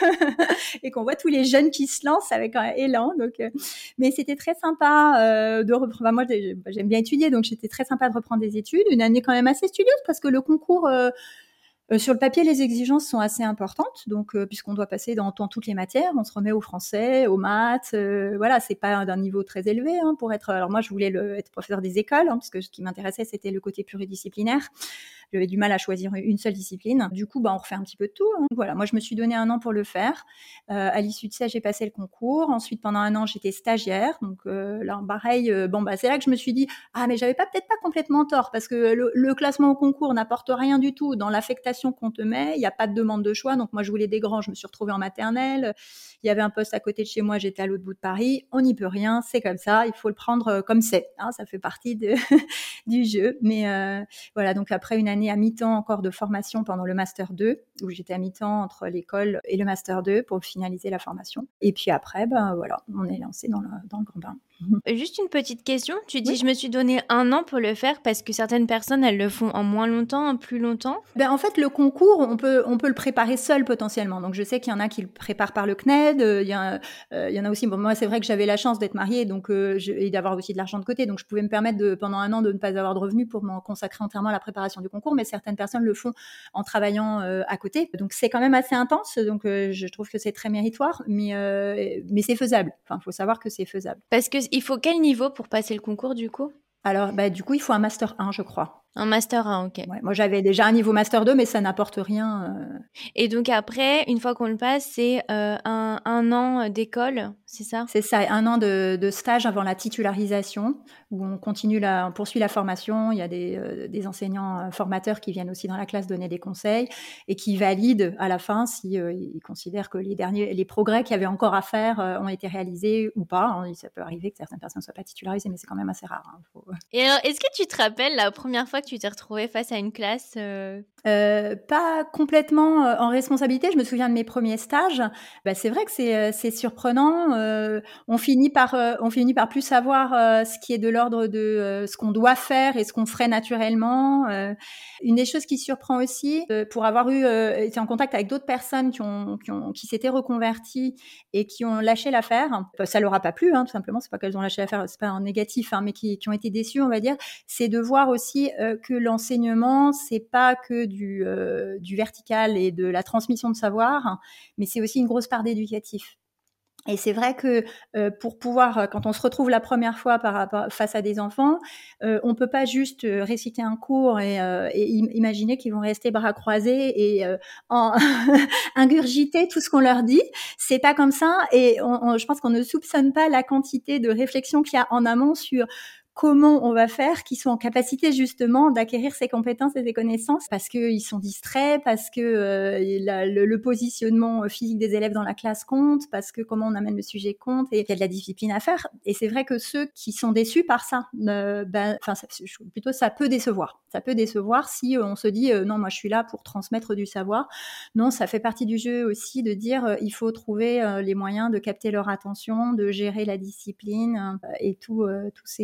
et qu'on voit tous les jeunes qui se lancent avec un élan. Donc, euh, mais c'était très sympa euh, de reprendre. Enfin, moi, j'aime bien étudier, donc c'était très sympa de reprendre des études. Une année quand même assez studieuse parce que le concours, euh, euh, sur le papier, les exigences sont assez importantes. Donc, euh, puisqu'on doit passer dans, dans toutes les matières, on se remet au français, aux maths. Euh, voilà, c'est pas d'un niveau très élevé hein, pour être. Alors moi, je voulais le, être professeur des écoles, hein, parce que ce qui m'intéressait, c'était le côté pluridisciplinaire. J'avais du mal à choisir une seule discipline. Du coup, bah, on refait un petit peu de tout. Hein. Voilà, moi, je me suis donné un an pour le faire. Euh, à l'issue de ça, j'ai passé le concours. Ensuite, pendant un an, j'étais stagiaire. Donc euh, là, pareil, euh, bon, bah, c'est là que je me suis dit, ah, mais j'avais pas peut-être pas complètement tort, parce que le, le classement au concours n'apporte rien du tout dans l'affectation qu'on te met. Il n'y a pas de demande de choix. Donc moi, je voulais des grands. Je me suis retrouvée en maternelle. Il y avait un poste à côté de chez moi. J'étais à l'autre bout de Paris. On n'y peut rien. C'est comme ça. Il faut le prendre comme c'est. Hein, ça fait partie de du jeu. Mais euh, voilà, donc après une année à mi-temps encore de formation pendant le master deux, où j'étais à mi-temps entre l'école et le master deux pour finaliser la formation. Et puis après, ben voilà, on est lancé dans le, dans le grand bain. Juste une petite question, tu dis Oui. je me suis donné un an pour le faire parce que certaines personnes elles le font en moins longtemps, en plus longtemps. Ben en fait le concours on peut on peut le préparer seul potentiellement. Donc je sais qu'il y en a qui le préparent par le C N E D, euh, il y a euh, il y en a aussi. Bon moi c'est vrai que j'avais la chance d'être mariée donc euh, je, et d'avoir aussi de l'argent de côté, donc je pouvais me permettre de pendant un an de ne pas avoir de revenus pour m'en consacrer entièrement à la préparation du concours. Mais certaines personnes le font en travaillant euh, à côté. Donc c'est quand même assez intense. Donc euh, je trouve que c'est très méritoire, mais euh, mais c'est faisable. Enfin faut savoir que c'est faisable. Parce que il faut quel niveau pour passer le concours du coup? Alors, bah, du coup, il faut un master un, je crois. Un master un, ok. Ouais, moi, j'avais déjà un niveau master deux, mais ça n'apporte rien. Euh... Et donc après, une fois qu'on le passe, c'est euh, un, un an d'école, c'est ça? C'est ça, un an de, de stage avant la titularisation, où on continue la, on poursuit la formation. Il y a des, euh, des enseignants euh, formateurs qui viennent aussi dans la classe donner des conseils et qui valident à la fin si euh, ils considèrent que les derniers, les progrès qu'il y avait encore à faire euh, ont été réalisés ou pas. Hein. Ça peut arriver que certaines personnes ne soient pas titularisées, mais c'est quand même assez rare. Hein. Faut... Et alors, est-ce que tu te rappelles la première fois que tu t'es retrouvée face à une classe euh... Euh, pas complètement euh, en responsabilité. Je me souviens de mes premiers stages. Bah, c'est vrai que c'est, euh, c'est surprenant. Euh, on finit par, euh, on finit par plus savoir euh, ce qui est de l'ordre de euh, ce qu'on doit faire et ce qu'on ferait naturellement. Euh, une des choses qui surprend aussi, euh, pour avoir eu euh, été en contact avec d'autres personnes qui ont, qui ont, qui s'étaient reconverties et qui ont lâché l'affaire. Ça leur a pas plu, hein, tout simplement. C'est pas qu'elles ont lâché l'affaire, c'est pas en négatif, hein, mais qui, qui ont été déçues, on va dire. C'est de voir aussi euh, que l'enseignement, c'est pas que Du, euh, du vertical et de la transmission de savoir, mais c'est aussi une grosse part d'éducatif. Et c'est vrai que euh, pour pouvoir, quand on se retrouve la première fois par rapport, face à des enfants, euh, on peut pas juste réciter un cours et, euh, et imaginer qu'ils vont rester bras croisés et euh, en ingurgiter tout ce qu'on leur dit. C'est pas comme ça. Et on, on, je pense qu'on ne soupçonne pas la quantité de réflexion qu'il y a en amont sur comment on va faire qu'ils soient en capacité justement d'acquérir ces compétences et ces connaissances, parce qu'ils sont distraits, parce que euh, la, le, le positionnement physique des élèves dans la classe compte, parce que comment on amène le sujet compte, et il y a de la discipline à faire. Et c'est vrai que ceux qui sont déçus par ça, euh, ben, enfin, plutôt ça peut décevoir. Ça peut décevoir si on se dit euh, non, moi je suis là pour transmettre du savoir. Non, ça fait partie du jeu aussi de dire euh, il faut trouver euh, les moyens de capter leur attention, de gérer la discipline euh, et tout, euh, tous ces, ces petits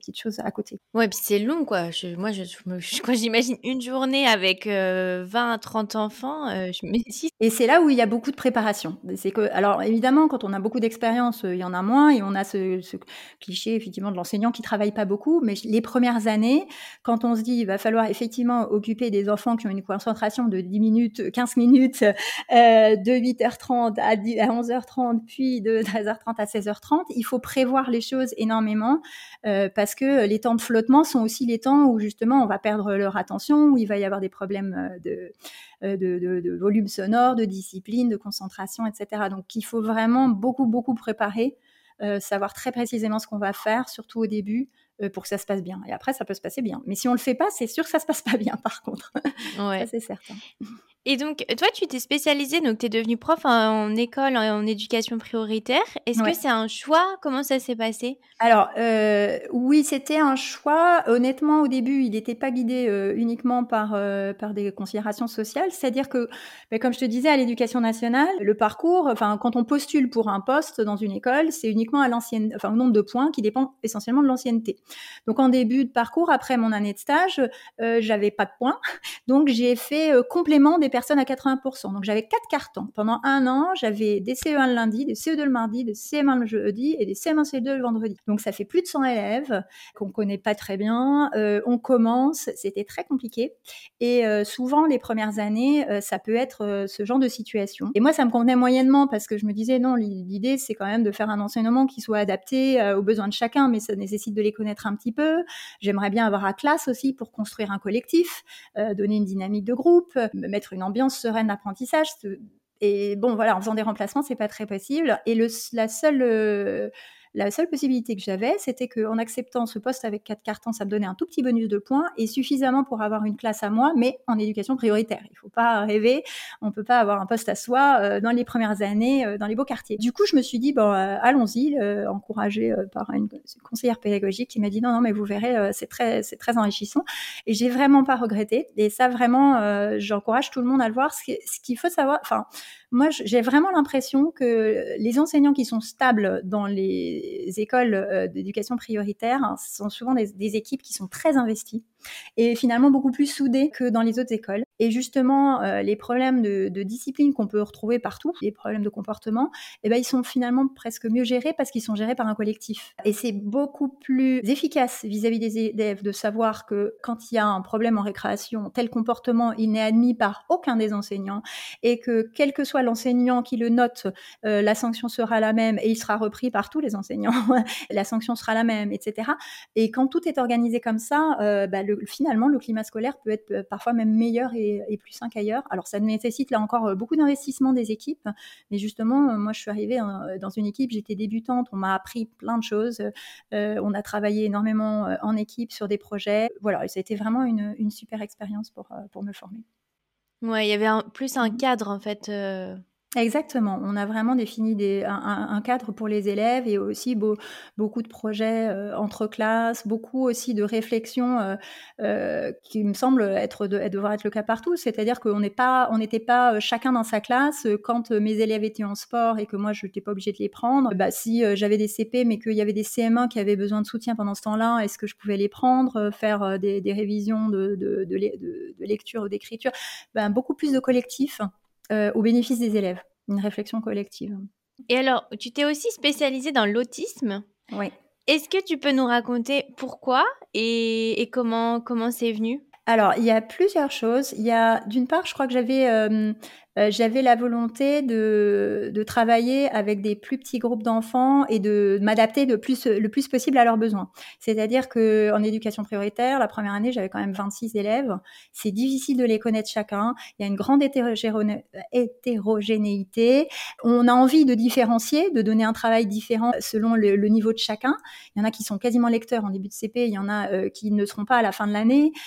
petites choses à côté. Ouais, puis c'est long, quoi. Je moi, je je me je quand j'imagine une journée avec, heu, vingt à trente enfants, heu, je me dis Et c'est là où il y a beaucoup de préparation. C'est que alors évidemment, quand on a beaucoup d'expérience, heu, il y en a moins et on a ce ce cliché effectivement de l'enseignant qui travaille pas beaucoup. Mais les premières années, quand on se dit: «Il va falloir effectivement occuper des enfants qui ont une concentration de dix minutes, quinze minutes, heu, de huit heures trente à dix à onze heures trente, puis de treize heures trente à seize heures trente», il faut prévoir les choses énormément, heu, parce que les temps de flottement sont aussi les temps où justement on va perdre leur attention, où il va y avoir des problèmes, heu, de euh, de, de, de volume sonore, de discipline, de concentration, et cetera. Donc, il faut vraiment beaucoup, beaucoup préparer, euh, savoir très précisément ce qu'on va faire, surtout au début, euh, pour que ça se passe bien. Et après, ça peut se passer bien. Mais si on le fait pas, c'est sûr que ça se passe pas bien, par contre. Ça, ouais. c'est certain. Et donc, toi, tu t'es spécialisée, donc tu es devenue prof en en école en en éducation prioritaire. Est-ce que Ouais. c'est un choix? Comment ça s'est passé? Alors, heu, oui, c'était un choix. Honnêtement, au début, il n'était pas guidé, heu, uniquement par, heu, par des considérations sociales. C'est-à-dire que, beh, comme je te disais, à l'éducation nationale, le parcours, enfin, quand on postule pour un poste dans une école, c'est uniquement à l'ancienne enfin, au nombre de points qui dépend essentiellement de l'ancienneté. Donc en début de parcours, après mon année de stage, heu, j'avais pas de points, donc j'ai fait, heu, complément des personnes à quatre-vingts. Donc j'avais quatre cartons. Pendant un an, j'avais des C E un le lundi, des C E deux le mardi, des C M un le jeudi et des C M un C M deux le vendredi. Donc ça fait plus de cent élèves qu'on connaît pas très bien. Euh, on commence, c'était très compliqué. Et euh, souvent, les premières années, euh, ça peut être euh, ce genre de situation. Et moi, ça me convenait moyennement parce que je me disais, non, l'idée, c'est quand même de faire un enseignement qui soit adapté euh, aux besoins de chacun, mais ça nécessite de les connaître un petit peu. J'aimerais bien avoir à classe aussi pour construire un collectif, euh, donner une dynamique de groupe, me mettre une ambiance sereine d'apprentissage. Et bon, voilà, en faisant des remplacements, c'est pas très possible. Et le, la seule... Euh, La seule possibilité que j'avais, c'était qu'en acceptant ce poste avec quatre cartons, ça me donnait un tout petit bonus de points et suffisamment pour avoir une classe à moi, mais en éducation prioritaire. Il ne faut pas rêver, on ne peut pas avoir un poste à soi euh, dans les premières années, euh, dans les beaux quartiers. Du coup, je me suis dit, bon, euh, allons-y, euh, encouragée euh, par une, une conseillère pédagogique qui m'a dit, non, non, mais vous verrez, euh, c'est très, c'est très enrichissant. Et j'ai vraiment pas regretté. Et ça, vraiment, euh, j'encourage tout le monde à le voir. Ce, qui, ce qu'il faut savoir, enfin, moi, j'ai vraiment l'impression que les enseignants qui sont stables dans les écoles euh, d'éducation prioritaire, hein, ce sont souvent des, des équipes qui sont très investies et finalement beaucoup plus soudées que dans les autres écoles. Et justement, euh, les problèmes de, de discipline qu'on peut retrouver partout, les problèmes de comportement, eh ben, ils sont finalement presque mieux gérés parce qu'ils sont gérés par un collectif. Et c'est beaucoup plus efficace vis-à-vis des élèves de savoir que quand il y a un problème en récréation, tel comportement, il n'est admis par aucun des enseignants et que quel que soit l'enseignant qui le note, euh, la sanction sera la même et il sera repris par tous les enseignants. La sanction sera la même, et cetera. Et quand tout est organisé comme ça, euh, bah, le, finalement, le climat scolaire peut être parfois même meilleur et, et plus sain qu'ailleurs. Alors, ça nécessite là encore beaucoup d'investissement des équipes. Mais justement, moi, je suis arrivée dans une équipe, j'étais débutante, on m'a appris plein de choses. Euh, on a travaillé énormément en équipe sur des projets. Voilà, et ça a été vraiment une, une super expérience pour, pour me former. Ouais, il y avait un, plus un cadre en fait. Euh... Exactement. On a vraiment défini des, un, un cadre pour les élèves et aussi beau, beaucoup de projets euh, entre classes, beaucoup aussi de réflexions euh, euh, qui me semble être de, devoir être le cas partout. C'est-à-dire qu'on n'est pas, on n'était pas chacun dans sa classe quand mes élèves étaient en sport et que moi je n'étais pas obligée de les prendre. Bah, si euh, j'avais des C P mais qu'il y avait des C M un qui avaient besoin de soutien pendant ce temps-là, est-ce que je pouvais les prendre, faire des, des révisions de, de, de, de, de lecture ou d'écriture? Bah, beaucoup plus de collectifs. Euh, au bénéfice des élèves, une réflexion collective. Et alors, tu t'es aussi spécialisée dans l'autisme. Oui. Est-ce que tu peux nous raconter pourquoi et, et comment comment c'est venu? Alors, il y a plusieurs choses. Il y a, d'une part, je crois que j'avais, euh, euh, j'avais la volonté de, de travailler avec des plus petits groupes d'enfants et de m'adapter le plus, le plus possible à leurs besoins. C'est-à-dire qu'en éducation prioritaire, la première année, j'avais quand même vingt-six élèves. C'est difficile de les connaître chacun. Il y a une grande hétérogéné- hétérogénéité. On a envie de différencier, de donner un travail différent selon le, le niveau de chacun. Il y en a qui sont quasiment lecteurs en début de C P. Il y en a euh, qui ne seront pas à la fin de l'année. Euh, il y en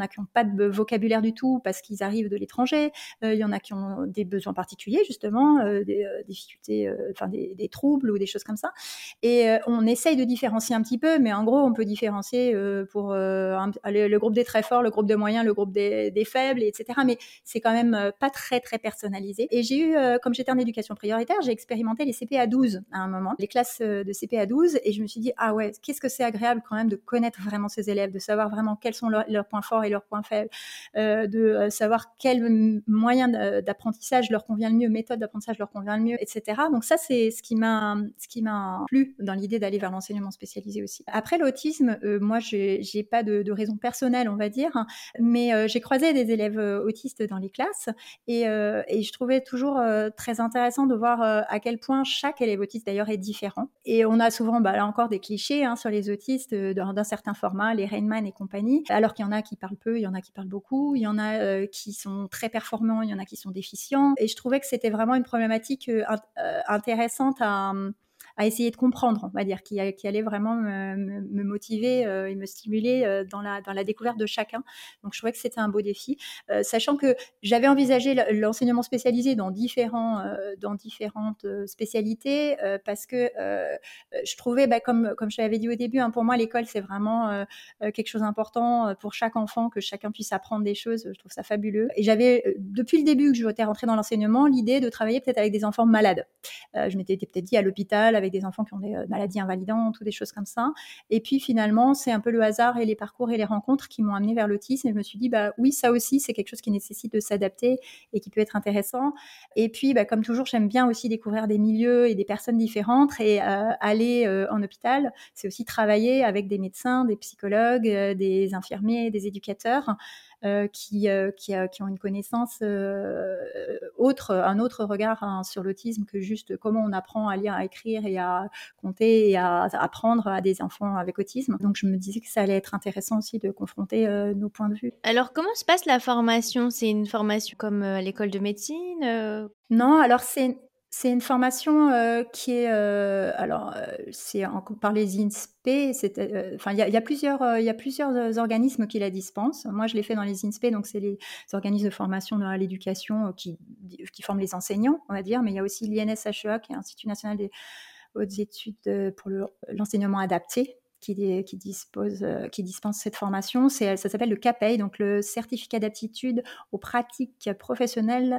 a qui n'ont pas de vocabulaire du tout parce qu'ils arrivent de l'étranger. Euh, il y en a qui ont des besoins particuliers, justement, euh, des euh, difficultés, euh, enfin des, des troubles ou des choses comme ça. Et euh, on essaye de différencier un petit peu, mais en gros, on peut différencier euh, pour euh, un, le, le groupe des très forts, le groupe de moyens, le groupe des, des faibles, et cetera. Mais c'est quand même euh, pas très, très personnalisé. Et j'ai eu, euh, comme j'étais en éducation prioritaire, j'ai expérimenté les C P A douze à un moment, les classes de C P A douze, et je me suis dit, ah ouais, qu'est-ce que c'est agréable quand même de connaître vraiment ces élèves, de savoir vraiment quels sont leurs, leurs points forts et leurs points faibles, euh, de euh, savoir quel moyen d'apprentissage leur convient le mieux, méthode d'apprentissage leur convient le mieux, et cetera. Donc ça, c'est ce qui m'a, ce qui m'a plu dans l'idée d'aller vers l'enseignement spécialisé aussi. Après l'autisme, euh, moi, j'ai, j'ai pas de, de raison personnelle, on va dire, hein, mais euh, j'ai croisé des élèves euh, autistes dans les classes, et, euh, et je trouvais toujours euh, très intéressant de voir euh, à quel point chaque élève autiste d'ailleurs est différent. Et on a souvent, bah, là encore, des clichés hein, sur les autistes euh, d'un, d'un certain format, les Rainman et compagnie, alors qu'il y en a qui parlent peu, il y en a qui parlent beaucoup, il y en a euh, qui sont très performants, il y en a qui sont déficients. Et je trouvais que c'était vraiment une problématique euh, euh, intéressante à... à essayer de comprendre, on va dire, qui, qui allait vraiment me, me, me motiver euh, et me stimuler euh, dans, la, dans la découverte de chacun. Donc, je trouvais que c'était un beau défi, euh, sachant que j'avais envisagé l'enseignement spécialisé dans, différents, euh, dans différentes spécialités euh, parce que euh, je trouvais, bah, comme, comme je l'avais dit au début, hein, pour moi, l'école, c'est vraiment euh, quelque chose d'important pour chaque enfant, que chacun puisse apprendre des choses. Je trouve ça fabuleux. Et j'avais, depuis le début que je j'étais rentrée dans l'enseignement, l'idée de travailler peut-être avec des enfants malades. Euh, je m'étais peut-être dit à l'hôpital, avec des enfants qui ont des euh, maladies invalidantes ou des choses comme ça. Et puis finalement, c'est un peu le hasard et les parcours et les rencontres qui m'ont amenée vers l'autisme. Et je me suis dit, bah oui, ça aussi, c'est quelque chose qui nécessite de s'adapter et qui peut être intéressant. Et puis, bah, comme toujours, j'aime bien aussi découvrir des milieux et des personnes différentes. Et euh, aller euh, en hôpital, c'est aussi travailler avec des médecins, des psychologues, euh, des infirmiers, des éducateurs. Euh, qui, euh, qui, euh, qui ont une connaissance euh, autre, un autre regard hein, sur l'autisme que juste comment on apprend à lire, à écrire et à compter et à, à apprendre à des enfants avec autisme. Donc je me disais que ça allait être intéressant aussi de confronter euh, nos points de vue. Alors comment se passe la formation ? C'est une formation comme euh, à l'école de médecine euh... Non, alors c'est... C'est une formation euh, qui est, euh, alors euh, c'est en, par les I N S P. Enfin, il y a, y a plusieurs, il euh, y a plusieurs organismes qui la dispensent. Moi, je l'ai fait dans les I N S P, donc c'est les organismes de formation à l'éducation euh, qui, qui forment les enseignants, on va dire. Mais il y a aussi l'I N S H E A, qui est l'Institut national des hautes études pour le, l'enseignement adapté. Qui, qui, dispose, euh, qui dispense cette formation. C'est, ça s'appelle le CAPEI, donc le certificat d'aptitude aux pratiques professionnelles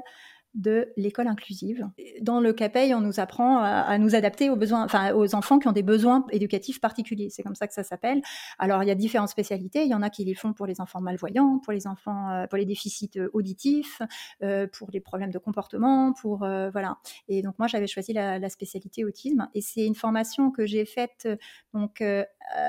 de l'école inclusive. Dans le CAPEI, on nous apprend à, à nous adapter aux besoins, enfin aux enfants qui ont des besoins éducatifs particuliers. C'est comme ça que ça s'appelle. Alors il y a différentes spécialités. Il y en a qui les font pour les enfants malvoyants, pour les enfants, euh, pour les déficits auditifs, euh, pour les problèmes de comportement, pour euh, voilà. Et donc moi j'avais choisi la, la spécialité autisme. Et c'est une formation que j'ai faite. Donc euh,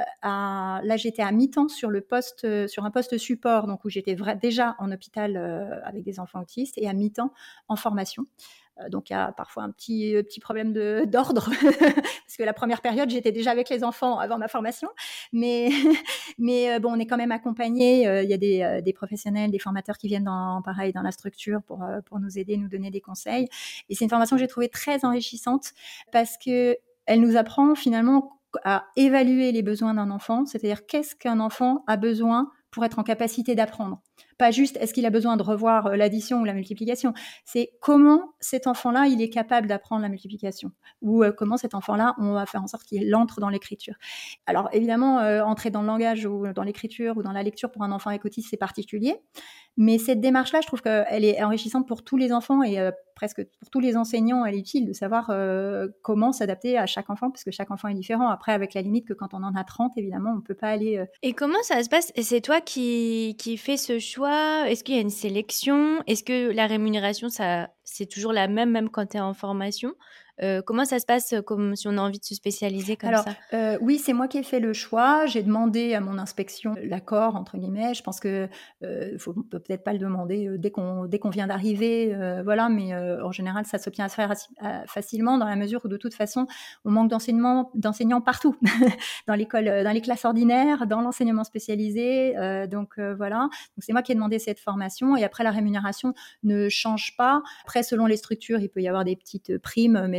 à, là j'étais à mi-temps sur le poste, sur un poste support, donc où j'étais vra- déjà en hôpital euh, avec des enfants autistes et à mi-temps en formation. Euh, donc, il y a parfois un petit, petit problème de, d'ordre, parce que la première période, j'étais déjà avec les enfants avant ma formation. Mais, mais euh, bon, on est quand même accompagnés. Euh, il y a des, euh, des professionnels, des formateurs qui viennent dans, pareil, dans la structure pour, euh, pour nous aider, nous donner des conseils. Et c'est une formation que j'ai trouvée très enrichissante parce qu'elle nous apprend finalement à évaluer les besoins d'un enfant, c'est-à-dire qu'est-ce qu'un enfant a besoin pour être en capacité d'apprendre. Pas juste est-ce qu'il a besoin de revoir l'addition ou la multiplication, c'est comment cet enfant-là, il est capable d'apprendre la multiplication, ou euh, comment cet enfant-là, on va faire en sorte qu'il entre dans l'écriture. Alors évidemment, euh, entrer dans le langage ou dans l'écriture ou dans la lecture pour un enfant avec autisme, c'est particulier, mais cette démarche-là, je trouve qu'elle est enrichissante pour tous les enfants et euh, presque pour tous les enseignants. Elle est utile de savoir euh, comment s'adapter à chaque enfant, parce que chaque enfant est différent. Après, avec la limite que quand on en a trente, évidemment, on ne peut pas aller... Euh... Et comment ça se passe ? C'est toi qui, qui fais ce choix ? Est-ce qu'il y a une sélection ? Est-ce que la rémunération, ça, c'est toujours la même, même quand tu es en formation ? Euh, comment ça se passe comme si on a envie de se spécialiser comme Alors, ça ? euh, oui, c'est moi qui ai fait le choix. J'ai demandé à mon inspection l'accord, entre guillemets. Je pense que euh, faut, on peut peut-être pas le demander euh, dès qu'on dès qu'on vient d'arriver, euh, voilà. Mais euh, en général, ça s'obtient assez facilement dans la mesure où de toute façon, on manque d'enseignement, d'enseignants partout, dans l'école, dans les classes ordinaires, dans l'enseignement spécialisé. Euh, donc euh, voilà. Donc c'est moi qui ai demandé cette formation. Et après, la rémunération ne change pas. Après, selon les structures, il peut y avoir des petites primes, mais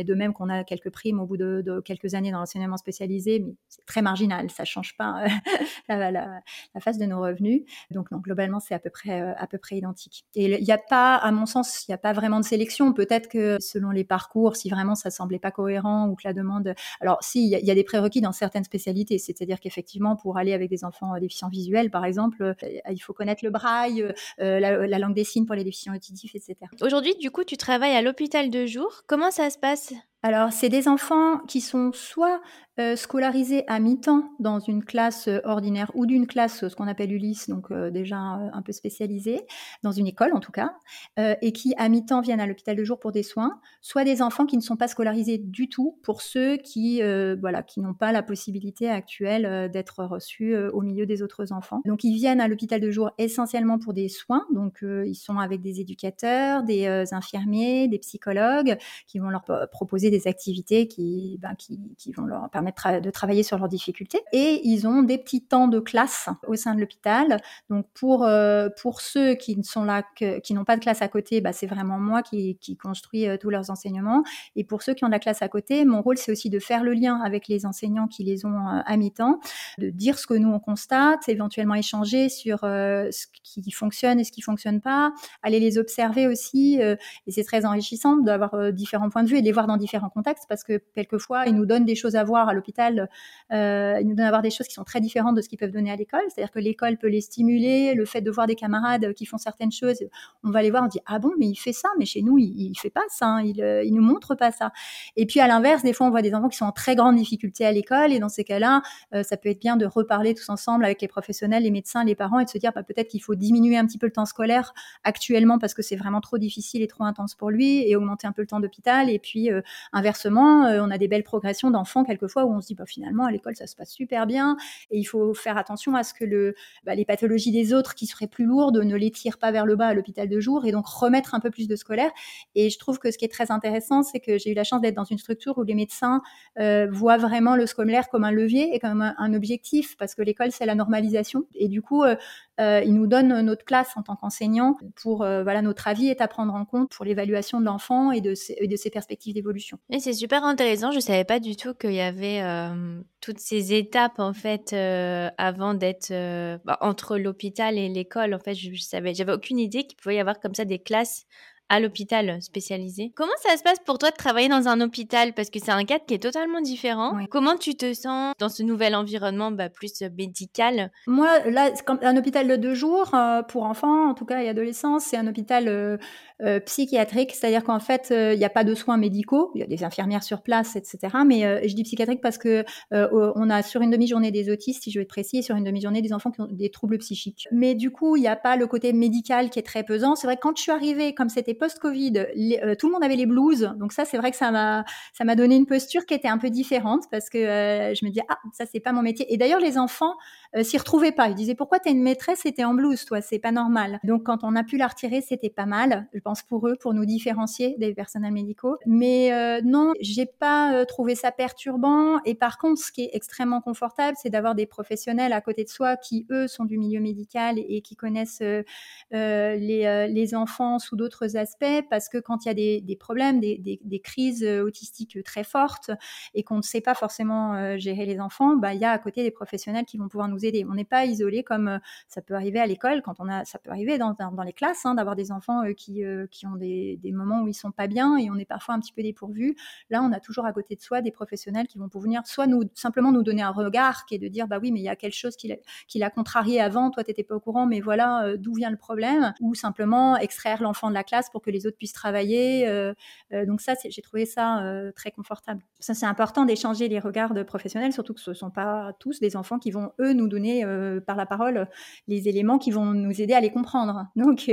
de même qu'on a quelques primes au bout de, de quelques années dans l'enseignement spécialisé, mais c'est très marginal, ça change pas la, la, la face de nos revenus. Donc non, globalement, c'est à peu près, euh, à peu près identique. Et il n'y a pas, à mon sens, il n'y a pas vraiment de sélection. Peut-être que selon les parcours, si vraiment ça semblait pas cohérent ou que la demande... Alors si, il y, y a des prérequis dans certaines spécialités, c'est-à-dire qu'effectivement, pour aller avec des enfants déficients visuels, par exemple, euh, il faut connaître le braille, euh, la, la langue des signes pour les déficients auditifs, et cetera. Aujourd'hui, du coup, tu travailles à l'hôpital de jour. Comment ça se passe ? Alors, c'est des enfants qui sont soit euh, scolarisés à mi-temps dans une classe euh, ordinaire ou d'une classe, ce qu'on appelle Ulysse, donc euh, déjà euh, un peu spécialisée, dans une école en tout cas, euh, et qui à mi-temps viennent à l'hôpital de jour pour des soins, soit des enfants qui ne sont pas scolarisés du tout pour ceux qui, euh, voilà, qui n'ont pas la possibilité actuelle euh, d'être reçus euh, au milieu des autres enfants. Donc, ils viennent à l'hôpital de jour essentiellement pour des soins, donc euh, ils sont avec des éducateurs, des euh, infirmiers, des psychologues qui vont leur proposer des activités qui, ben, qui, qui vont leur permettre de travailler sur leurs difficultés. Et ils ont des petits temps de classe au sein de l'hôpital. Donc pour, euh, pour ceux qui ne sont là, que, qui n'ont pas de classe à côté, bah, c'est vraiment moi qui, qui construis euh, tous leurs enseignements. Et pour ceux qui ont de la classe à côté, mon rôle, c'est aussi de faire le lien avec les enseignants qui les ont euh, à mi-temps, de dire ce que nous, on constate, éventuellement échanger sur euh, ce qui fonctionne et ce qui fonctionne pas, aller les observer aussi. Euh, et c'est très enrichissant d'avoir euh, différents points de vue et de les voir dans différents contextes, parce que quelquefois, ils nous donnent des choses à voir à l'hôpital, euh, ils nous donnent à voir des choses qui sont très différentes de ce qu'ils peuvent donner à l'école. C'est-à-dire que l'école peut les stimuler, le fait de voir des camarades qui font certaines choses, on va les voir, on dit « Ah bon, mais il fait ça, mais chez nous, il, il fait pas ça, hein, il, euh, il nous montre pas ça. » Et puis à l'inverse, des fois, on voit des enfants qui sont en très grande difficulté à l'école, et dans ces cas-là, euh, ça peut être bien de reparler tous ensemble avec les professionnels, les médecins, les parents, et de se dire bah, peut-être qu'il faut diminuer un petit peu le temps scolaire actuellement parce que c'est vraiment trop difficile et trop intense pour lui, et augmenter un peu le temps d'hôpital. Et puis euh, inversement, euh, on a des belles progressions d'enfants quelquefois où on se dit bah, finalement à l'école ça se passe super bien, et il faut faire attention à ce que le, bah, les pathologies des autres qui seraient plus lourdes ne les tirent pas vers le bas à l'hôpital de jour, et donc remettre un peu plus de scolaire. Et je trouve que ce qui est très intéressant, c'est que j'ai eu la chance d'être dans une structure où les médecins euh, voient vraiment le scolaire comme un levier et comme un, un objectif, parce que l'école c'est la normalisation, et du coup euh, euh, ils nous donnent notre place en tant qu'enseignants pour euh, voilà, notre avis est à prendre en compte pour l'évaluation de l'enfant et de ses, et de ses perspectives d'évolution. Et c'est super intéressant, je savais pas du tout qu'il y avait euh, toutes ces étapes en fait euh, avant d'être euh, bah, entre l'hôpital et l'école. En fait, je, je savais, j'avais aucune idée qu'il pouvait y avoir comme ça des classes à l'hôpital spécialisé. Comment ça se passe pour toi de travailler dans un hôpital? Parce que c'est un cadre qui est totalement différent. Oui. Comment tu te sens dans ce nouvel environnement bah, plus médical? Moi, là, c'est comme un hôpital de deux jours euh, pour enfants, en tout cas et adolescents, c'est un hôpital euh, euh, psychiatrique, c'est-à-dire qu'en fait, il euh, n'y a pas de soins médicaux, il y a des infirmières sur place, et cetera. Mais euh, je dis psychiatrique parce que euh, on a sur une demi-journée des autistes, si je veux être précis, et sur une demi-journée des enfants qui ont des troubles psychiques. Mais du coup, il n'y a pas le côté médical qui est très pesant. C'est vrai que quand je suis arrivée, comme c'était post-Covid, les, euh, tout le monde avait les blues, donc ça, c'est vrai que ça m'a ça m'a donné une posture qui était un peu différente, parce que euh, je me disais ah ça c'est pas mon métier. Et d'ailleurs les enfants euh, s'y retrouvaient pas. Ils disaient pourquoi t'es une maîtresse et t'es en blouse, toi, c'est pas normal. Donc quand on a pu la retirer, c'était pas mal, je pense pour eux, pour nous différencier des personnels médicaux. Mais euh, non, j'ai pas euh, trouvé ça perturbant. Et par contre, ce qui est extrêmement confortable, c'est d'avoir des professionnels à côté de soi qui eux sont du milieu médical et qui connaissent euh, euh, les, euh, les enfants sous d'autres aspects, parce que quand il y a des, des problèmes, des, des, des crises autistiques très fortes et qu'on ne sait pas forcément euh, gérer les enfants, bah il y a à côté des professionnels qui vont pouvoir nous aider. On n'est pas isolé comme euh, ça peut arriver à l'école, quand on a, ça peut arriver dans, dans, dans les classes, hein, d'avoir des enfants euh, qui, euh, qui ont des, des moments où ils sont pas bien et on est parfois un petit peu dépourvu. Là, on a toujours à côté de soi des professionnels qui vont pouvoir soit nous simplement nous donner un regard qui est de dire bah oui mais il y a quelque chose qui l'a, qui l'a contrarié avant, toi t'étais pas au courant, mais voilà euh, d'où vient le problème, ou simplement extraire l'enfant de la classe pour que les autres puissent travailler. Euh, euh, donc ça, c'est, j'ai trouvé ça euh, très confortable. Ça, c'est important d'échanger les regards de professionnels, surtout que ce ne sont pas tous des enfants qui vont, eux, nous donner euh, par la parole les éléments qui vont nous aider à les comprendre. Donc,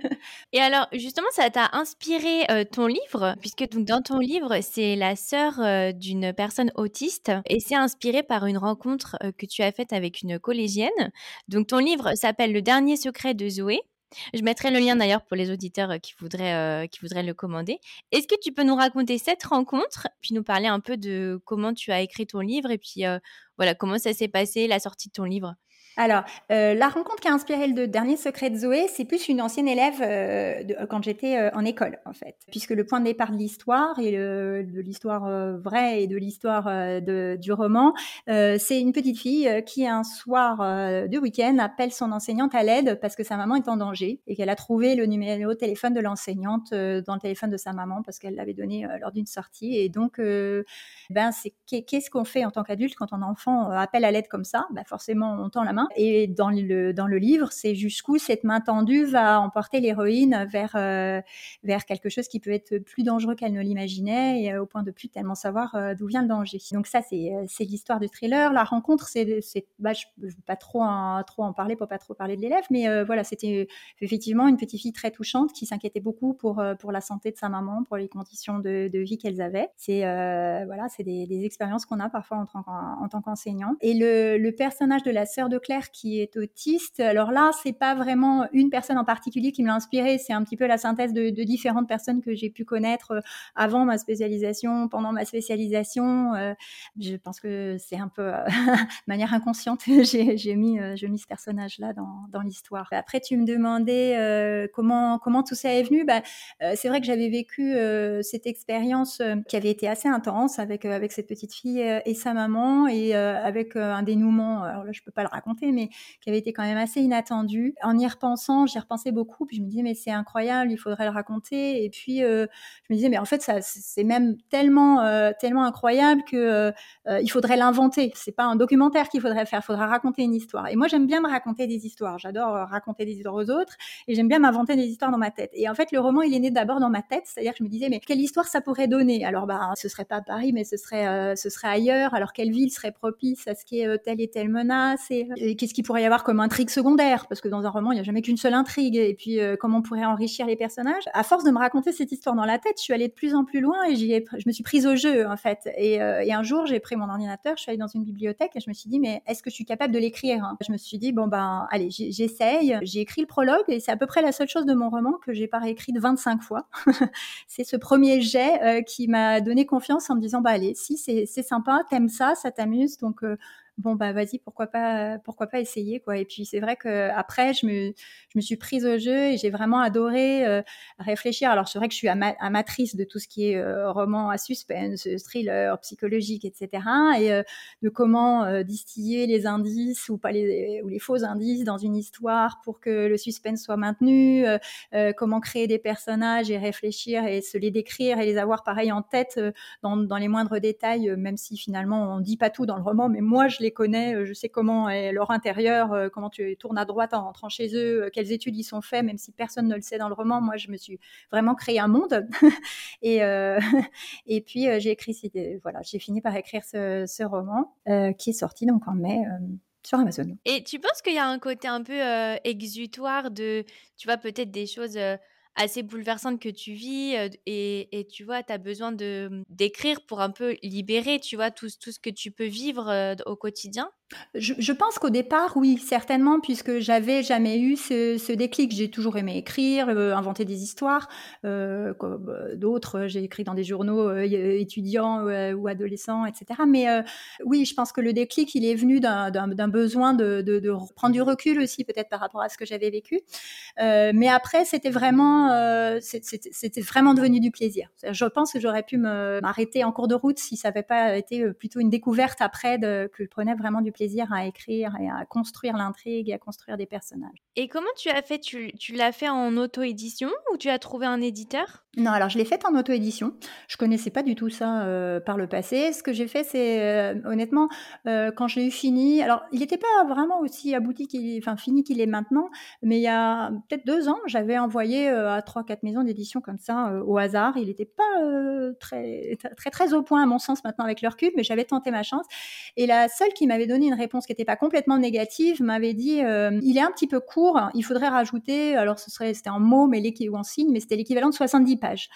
et alors, justement, ça t'a inspiré euh, ton livre, puisque donc, dans ton livre, c'est la sœur euh, d'une personne autiste, et c'est inspiré par une rencontre euh, que tu as faite avec une collégienne. Donc, ton livre s'appelle Le dernier secret de Zoé. Je mettrai le lien d'ailleurs pour les auditeurs qui voudraient, euh, qui voudraient le commander. Est-ce que tu peux nous raconter cette rencontre, puis nous parler un peu de comment tu as écrit ton livre, et puis euh, voilà, comment ça s'est passé, la sortie de ton livre? Alors, heu, la rencontre qui a inspiré le dernier secret de Zoé, c'est plus une ancienne élève, heu, de quand j'étais, heu, en école, en fait. Puisque le point de départ de l'histoire et heu, de l'histoire, heu, vraie et de l'histoire, heu, de du roman, heu, c'est une petite fille, heu, qui un soir, heu, de week-end appelle son enseignante à l'aide parce que sa maman est en danger et qu'elle a trouvé le numéro de téléphone de l'enseignante, heu, dans le téléphone de sa maman parce qu'elle l'avait donné, heu, lors d'une sortie et donc heu, ben, c'est qu'est qu'est-ce qu'on fait en tant qu'adulte quand un enfant, heu, appelle à l'aide comme ça? Bah, forcément, on tend la main et dans le dans le livre, c'est jusqu'où cette main tendue va emporter l'héroïne vers, heu, vers quelque chose qui peut être plus dangereux qu'elle ne l'imaginait et heu, au point de plus tellement savoir, heu, d'où vient le danger. Donc ça, c'est, heu, c'est l'histoire du thriller. La rencontre, c'est c'est bah, je ne veux pas trop en trop en parler pour pas trop parler de l'élève, mais heu, voilà, c'était effectivement une petite fille très touchante qui s'inquiétait beaucoup pour, heu, pour la santé de sa maman, pour les conditions de de vie qu'elles avaient. C'est, heu, voilà, c'est des des expériences qu'on a parfois en tant qu'en en tant qu'enseignant et le le personnage de la sœur de Claire qui est autiste, alors là, c'est pas vraiment une personne en particulier qui me l'a inspirée, c'est un petit peu la synthèse de de différentes personnes que j'ai pu connaître, heu, avant ma spécialisation, pendant ma spécialisation, heu, je pense que c'est un peu, heu, de manière inconsciente, j'ai j'ai mis, heu, j'ai mis ce personnage-là dans dans l'histoire. Après tu me demandais, heu, comment comment tout ça est venu? Bah, heu, c'est vrai que j'avais vécu, heu, cette expérience, heu, qui avait été assez intense avec, heu, avec cette petite fille, heu, et sa maman et heu, avec, heu, un dénouement, alors là je peux pas le raconter, mais qui avait été quand même assez inattendu. En y repensant, j'y repensais beaucoup, puis je me disais: «Mais c'est incroyable, il faudrait le raconter» et puis, heu, je me disais: «Mais en fait ça c'est même tellement, heu, tellement incroyable que, heu heu, il faudrait l'inventer. C'est pas un documentaire qu'il faudrait faire, il faudra raconter une histoire» et moi j'aime bien me raconter des histoires. J'adore, heu, raconter des histoires aux autres et j'aime bien m'inventer des histoires dans ma tête et en fait le roman il est né d'abord dans ma tête, c'est-à-dire que je me disais: «Mais quelle histoire ça pourrait donner?» Alors bah, ce serait pas Paris, mais ce serait, heu, ce serait ailleurs. Alors quelle ville serait propice à ce qu'il y ait, heu, telle et telle menace et et qu'est-ce qu'il pourrait y avoir comme intrigue secondaire? Parce que dans un roman, il y a jamais qu'une seule intrigue et puis, heu, comment on pourrait enrichir les personnages? À force de me raconter cette histoire dans la tête, je suis allée de plus en plus loin et j'y ai je me suis prise au jeu, en fait et heu et un jour, j'ai pris mon ordinateur, je suis allée dans une bibliothèque et je me suis dit: «Mais est-ce que je suis capable de l'écrire?» hein? Je me suis dit: «Bon ben, allez, j'e j'essaye». J'ai écrit le prologue et c'est à peu près la seule chose de mon roman que j'ai pas réécrite vingt-cinq fois. C'est ce premier jet, heu, qui m'a donné confiance en me disant: «Bah, allez, si c'est c'est sympa, tu aimes ça, ça t'amuse donc heu, bon bah vas-y, pourquoi pas pourquoi pas essayer quoi?» et puis c'est vrai qu'après je me je me suis prise au jeu et j'ai vraiment adoré, heu, réfléchir. Alors c'est vrai que je suis ama amatrice de tout ce qui est, heu, roman à suspense, thriller, psychologique et cetera et heu, de comment, heu, distiller les indices ou pas les ou les faux indices dans une histoire pour que le suspense soit maintenu, heu heu, comment créer des personnages et réfléchir et se les décrire et les avoir pareil en tête, heu, dans dans les moindres détails, heu, même si finalement on dit pas tout dans le roman, mais moi je les connais, heu, je sais comment est leur intérieur, heu, comment tu tournes à droite en rentrant chez eux, heu, quelles études ils sont faits, même si personne ne le sait dans le roman. Moi, je me suis vraiment créé un monde et heu et puis, heu, j'ai écrit ces voilà, j'ai fini par écrire ce ce roman, heu, qui est sorti donc en mai, hem, sur Amazon. Et tu penses qu'il y a un côté un peu, heu, exutoire de tu vois, peut-être des choses, heu, assez bouleversantes que tu vis, heu, et et tu vois, tu as besoin de, mmh, d'écrire pour un peu libérer, tu vois, tout ce tout ce que tu peux vivre, heu, d au quotidien? Je je pense qu'au départ, oui, certainement, puisque j'avais jamais eu ce ce déclic. J'ai toujours aimé écrire, heu, inventer des histoires, heu, comme, heu, d'autres, j'ai écrit dans des journaux, heu, y étudiants, heu, ou adolescents et cetera. Mais, heu, oui, je pense que le déclic, il est venu d'un d'un d'un besoin de de de r prendre du recul aussi, peut-être par rapport à ce que j'avais vécu. Heu, mais après, c'était vraiment, heu, c'é c'était c'était vraiment devenu du plaisir. C'est-à-dire, je pense que j'aurais pu me m'arrêter en cours de route si ça avait pas été, heu, plutôt une découverte après de que je prenais vraiment du plaisir à écrire et à construire l'intrigue et à construire des personnages. Et comment tu as fait? Tu tu l'as fait en auto-édition ou tu as trouvé un éditeur? Non, alors je l'ai faite en auto-édition. Je connaissais pas du tout ça, heu, par le passé. Ce que j'ai fait, c'est, heu, honnêtement, heu, quand je l'ai eu fini alors il était pas vraiment aussi abouti qu'il est enfin fini qu'il est maintenant, mais il y a peut-être deux ans, j'avais envoyé, heu, à trois quatre maisons d'édition comme ça, heu, au hasard. Il était pas, heu, très très, très au point à mon sens maintenant avec le recul, mais j'avais tenté ma chance et la seule qui m'avait donné une réponse qui était pas complètement négative m'avait dit, hem: «Il est un petit peu court, il faudrait rajouter» alors ce serait c'était en mots mais l'équi ou en signes, mais c'était l'équivalent de soixante-dix pages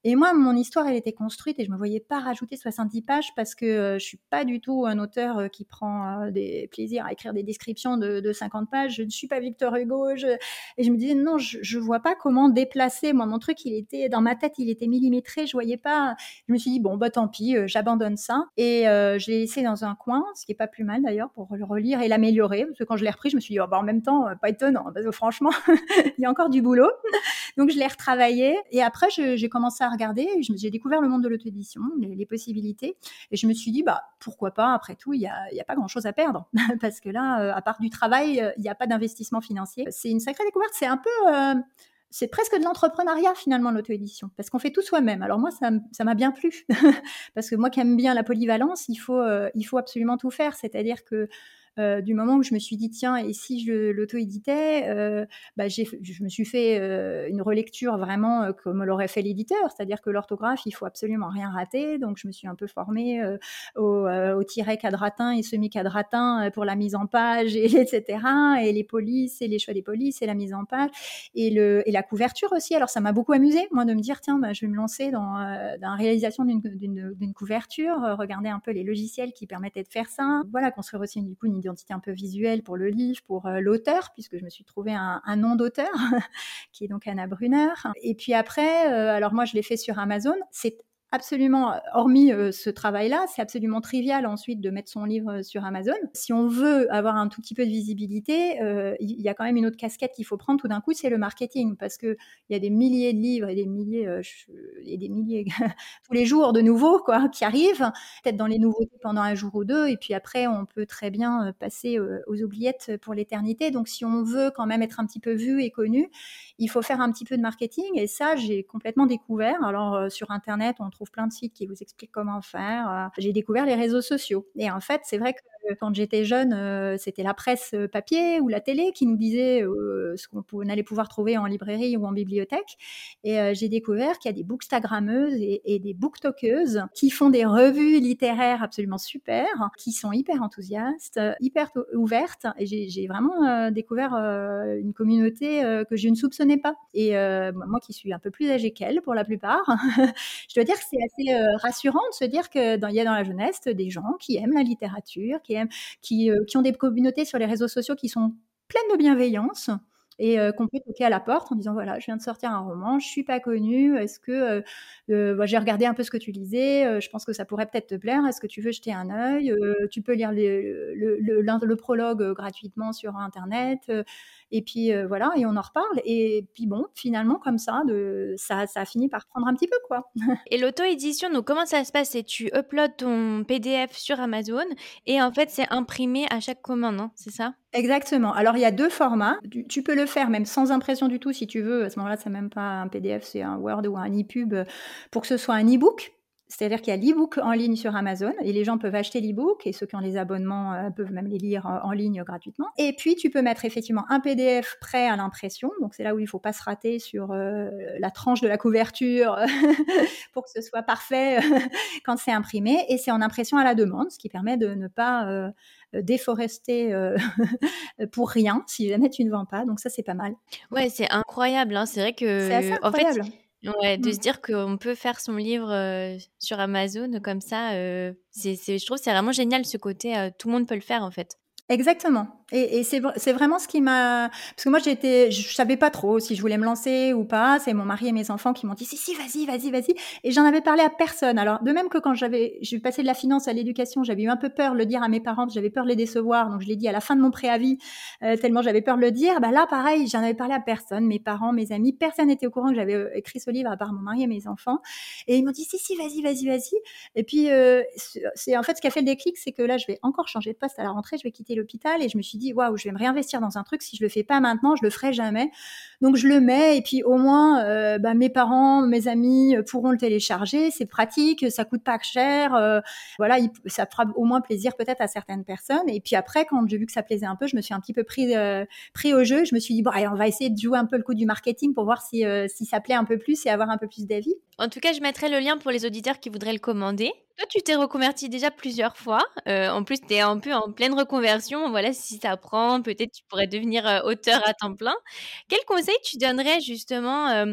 Et moi, mon histoire, elle était construite et je me voyais pas rajouter soixante-dix pages parce que euh, je suis pas du tout un auteur euh, qui prend euh, des plaisirs à écrire des descriptions de, de cinquante pages. Je ne suis pas Victor Hugo. Je... Et je me disais, non, je, je vois pas comment déplacer. Moi, mon truc, il était dans ma tête, il était millimétré. Je voyais pas. Je me suis dit, bon, bah tant pis, euh, j'abandonne ça. Et euh, je l'ai laissé dans un coin, ce qui est pas plus mal d'ailleurs pour le relire et l'améliorer. Parce que quand je l'ai repris, je me suis dit, oh, bah, en même temps, euh, pas étonnant. Parce que franchement, il y a encore du boulot. Donc, je l'ai retravaillé. Et après, je, j'ai commencé à regarder. Et je, j'ai découvert le monde de l'auto-édition, les, les possibilités. Et je me suis dit, bah, pourquoi pas, après tout, il n'y a, il y a pas grand-chose à perdre. Parce que là, euh, à part du travail, euh, il n'y a pas d'investissement financier. C'est une sacrée découverte. C'est un peu... Euh, c'est presque de l'entrepreneuriat finalement l'auto-édition, parce qu'on fait tout soi-même. Alors moi, ça, ça m'a bien plu, parce que moi qui aime bien la polyvalence, il faut, euh, il faut absolument tout faire. C'est-à-dire que euh, du moment où je me suis dit tiens, et si je l'auto-éditais, euh, bah, j'ai, je me suis fait euh, une relecture vraiment euh, comme l'aurait fait l'éditeur, c'est-à-dire que l'orthographe, il faut absolument rien rater. Donc je me suis un peu formée euh, au, euh, au tiret quadratin et semi-quadratin pour la mise en page, et, etc. Et les polices, et les choix des polices, et la mise en page, et, le, et la couverture aussi. Alors ça m'a beaucoup amusée, moi, de me dire tiens, bah, je vais me lancer dans, euh, dans la réalisation d'une, d'une, d'une couverture, euh, regarder un peu les logiciels qui permettaient de faire ça. Voilà, construire aussi du coup une identité un peu visuelle pour le livre, pour euh, l'auteur, puisque je me suis trouvé un, un nom d'auteur qui est donc Anna Brunner. Et puis après, euh, alors moi je l'ai fait sur Amazon. C'est absolument, hormis euh, ce travail-là, c'est absolument trivial ensuite de mettre son livre sur Amazon. Si on veut avoir un tout petit peu de visibilité, euh, il y a quand même une autre casquette qu'il faut prendre tout d'un coup, c'est le marketing, parce que il y a des milliers de livres et des milliers euh, et des milliers tous les jours de nouveaux quoi qui arrivent, peut-être dans les nouveautés pendant un jour ou deux, et puis après on peut très bien passer euh, aux oubliettes pour l'éternité. Donc si on veut quand même être un petit peu vu et connu, il faut faire un petit peu de marketing, et ça j'ai complètement découvert. Alors euh, sur internet on trouve plein de sites qui vous expliquent comment faire. Euh, j'ai découvert les réseaux sociaux, et en fait c'est vrai que quand j'étais jeune, euh, c'était la presse papier ou la télé qui nous disait euh, ce qu'on, pou- on allait pouvoir trouver en librairie ou en bibliothèque. Et euh, j'ai découvert qu'il y a des bookstagrammeuses et, et des booktokeuses qui font des revues littéraires absolument super, qui sont hyper enthousiastes, hyper t- ouvertes. Et j'ai, j'ai vraiment euh, découvert euh, une communauté euh, que je ne soupçonnais pas. Et euh, moi qui suis un peu plus âgée qu'elle pour la plupart, je dois dire que c'est assez euh, rassurant de se dire qu'il y a dans la jeunesse des gens qui aiment la littérature, qui aiment, qui, euh, qui ont des communautés sur les réseaux sociaux qui sont pleines de bienveillance, et euh, qu'on peut toquer à la porte en disant voilà, je viens de sortir un roman, je suis pas connue, est-ce que euh, euh, bah, j'ai regardé un peu ce que tu lisais, euh, je pense que ça pourrait peut-être te plaire, est-ce que tu veux jeter un œil, euh, tu peux lire le, le, le, le, le prologue euh, gratuitement sur internet, euh, et puis euh, voilà, et on en reparle. Et puis bon, finalement comme ça, de, ça, ça a fini par prendre un petit peu quoi. Et l'auto-édition, donc comment ça se passe? C'est tu uploads ton P D F sur Amazon et en fait, c'est imprimé à chaque commande, non? C'est ça? Exactement. Alors, il y a deux formats. Tu, tu peux le faire même sans impression du tout si tu veux. À ce moment-là, c'est même pas un P D F, c'est un Word ou un ePub euh, pour que ce soit un e-book. C'est-à-dire qu'il y a l'e-book en ligne sur Amazon et les gens peuvent acheter l'e-book, et ceux qui ont les abonnements euh, peuvent même les lire en, en ligne gratuitement. Et puis, tu peux mettre effectivement un P D F prêt à l'impression. Donc, c'est là où il ne faut pas se rater sur euh, la tranche de la couverture pour que ce soit parfait quand c'est imprimé. Et c'est en impression à la demande, ce qui permet de ne pas euh, déforester euh, pour rien si jamais tu ne vends pas. Donc ça, c'est pas mal. Ouais, c'est incroyable, hein. C'est vrai C'est assez que, en fait, incroyable. ouais, de Mm. se dire qu'on peut faire son livre euh, sur Amazon comme ça, euh, c'est, c'est, je trouve que c'est vraiment génial ce côté, euh, tout le monde peut le faire en fait. Exactement. Et, et c'est, vr- c'est vraiment ce qui m'a... Parce que moi, j'étais, je savais pas trop si je voulais me lancer ou pas. C'est mon mari et mes enfants qui m'ont dit, si, si, vas-y, vas-y, vas-y. Et j'en avais parlé à personne. Alors, de même que quand j'avais, j'ai passé de la finance à l'éducation, j'avais eu un peu peur de le dire à mes parents, j'avais peur de les décevoir. Donc, je l'ai dit à la fin de mon préavis, euh, tellement j'avais peur de le dire. Bah là, pareil, j'en avais parlé à personne. Mes parents, mes amis, personne n'était au courant que j'avais euh, écrit ce livre à part mon mari et mes enfants. Et ils m'ont dit, si, si, vas-y, vas-y, vas-y. Et puis, euh, c'est c'est- en fait ce qui a fait le déclic, c'est que là, je vais encore changer de poste à la rentrée, je vais quitter l'hôpital, et je me suis dit, waouh, je vais me réinvestir dans un truc. Si je le fais pas maintenant, je le ferai jamais. Donc, je le mets, et puis au moins, euh, bah, mes parents, mes amis pourront le télécharger. C'est pratique, ça coûte pas cher. Euh, voilà, il- ça fera au moins plaisir peut-être à certaines personnes. Et puis après, quand j'ai vu que ça plaisait un peu, je me suis un petit peu pris, euh, pris au jeu. Je me suis dit, bon, allez, on va essayer de jouer un peu le coup du marketing pour voir si, euh, si ça plaît un peu plus et avoir un peu plus d'avis. En tout cas, je mettrai le lien pour les auditeurs qui voudraient le commander. Toi, tu t'es reconverti déjà plusieurs fois. Euh, en plus, tu es un peu en pleine reconversion. Voilà, si ça prend, peut-être tu pourrais devenir euh, auteur à temps plein. Quel conseil tu donnerais justement euh,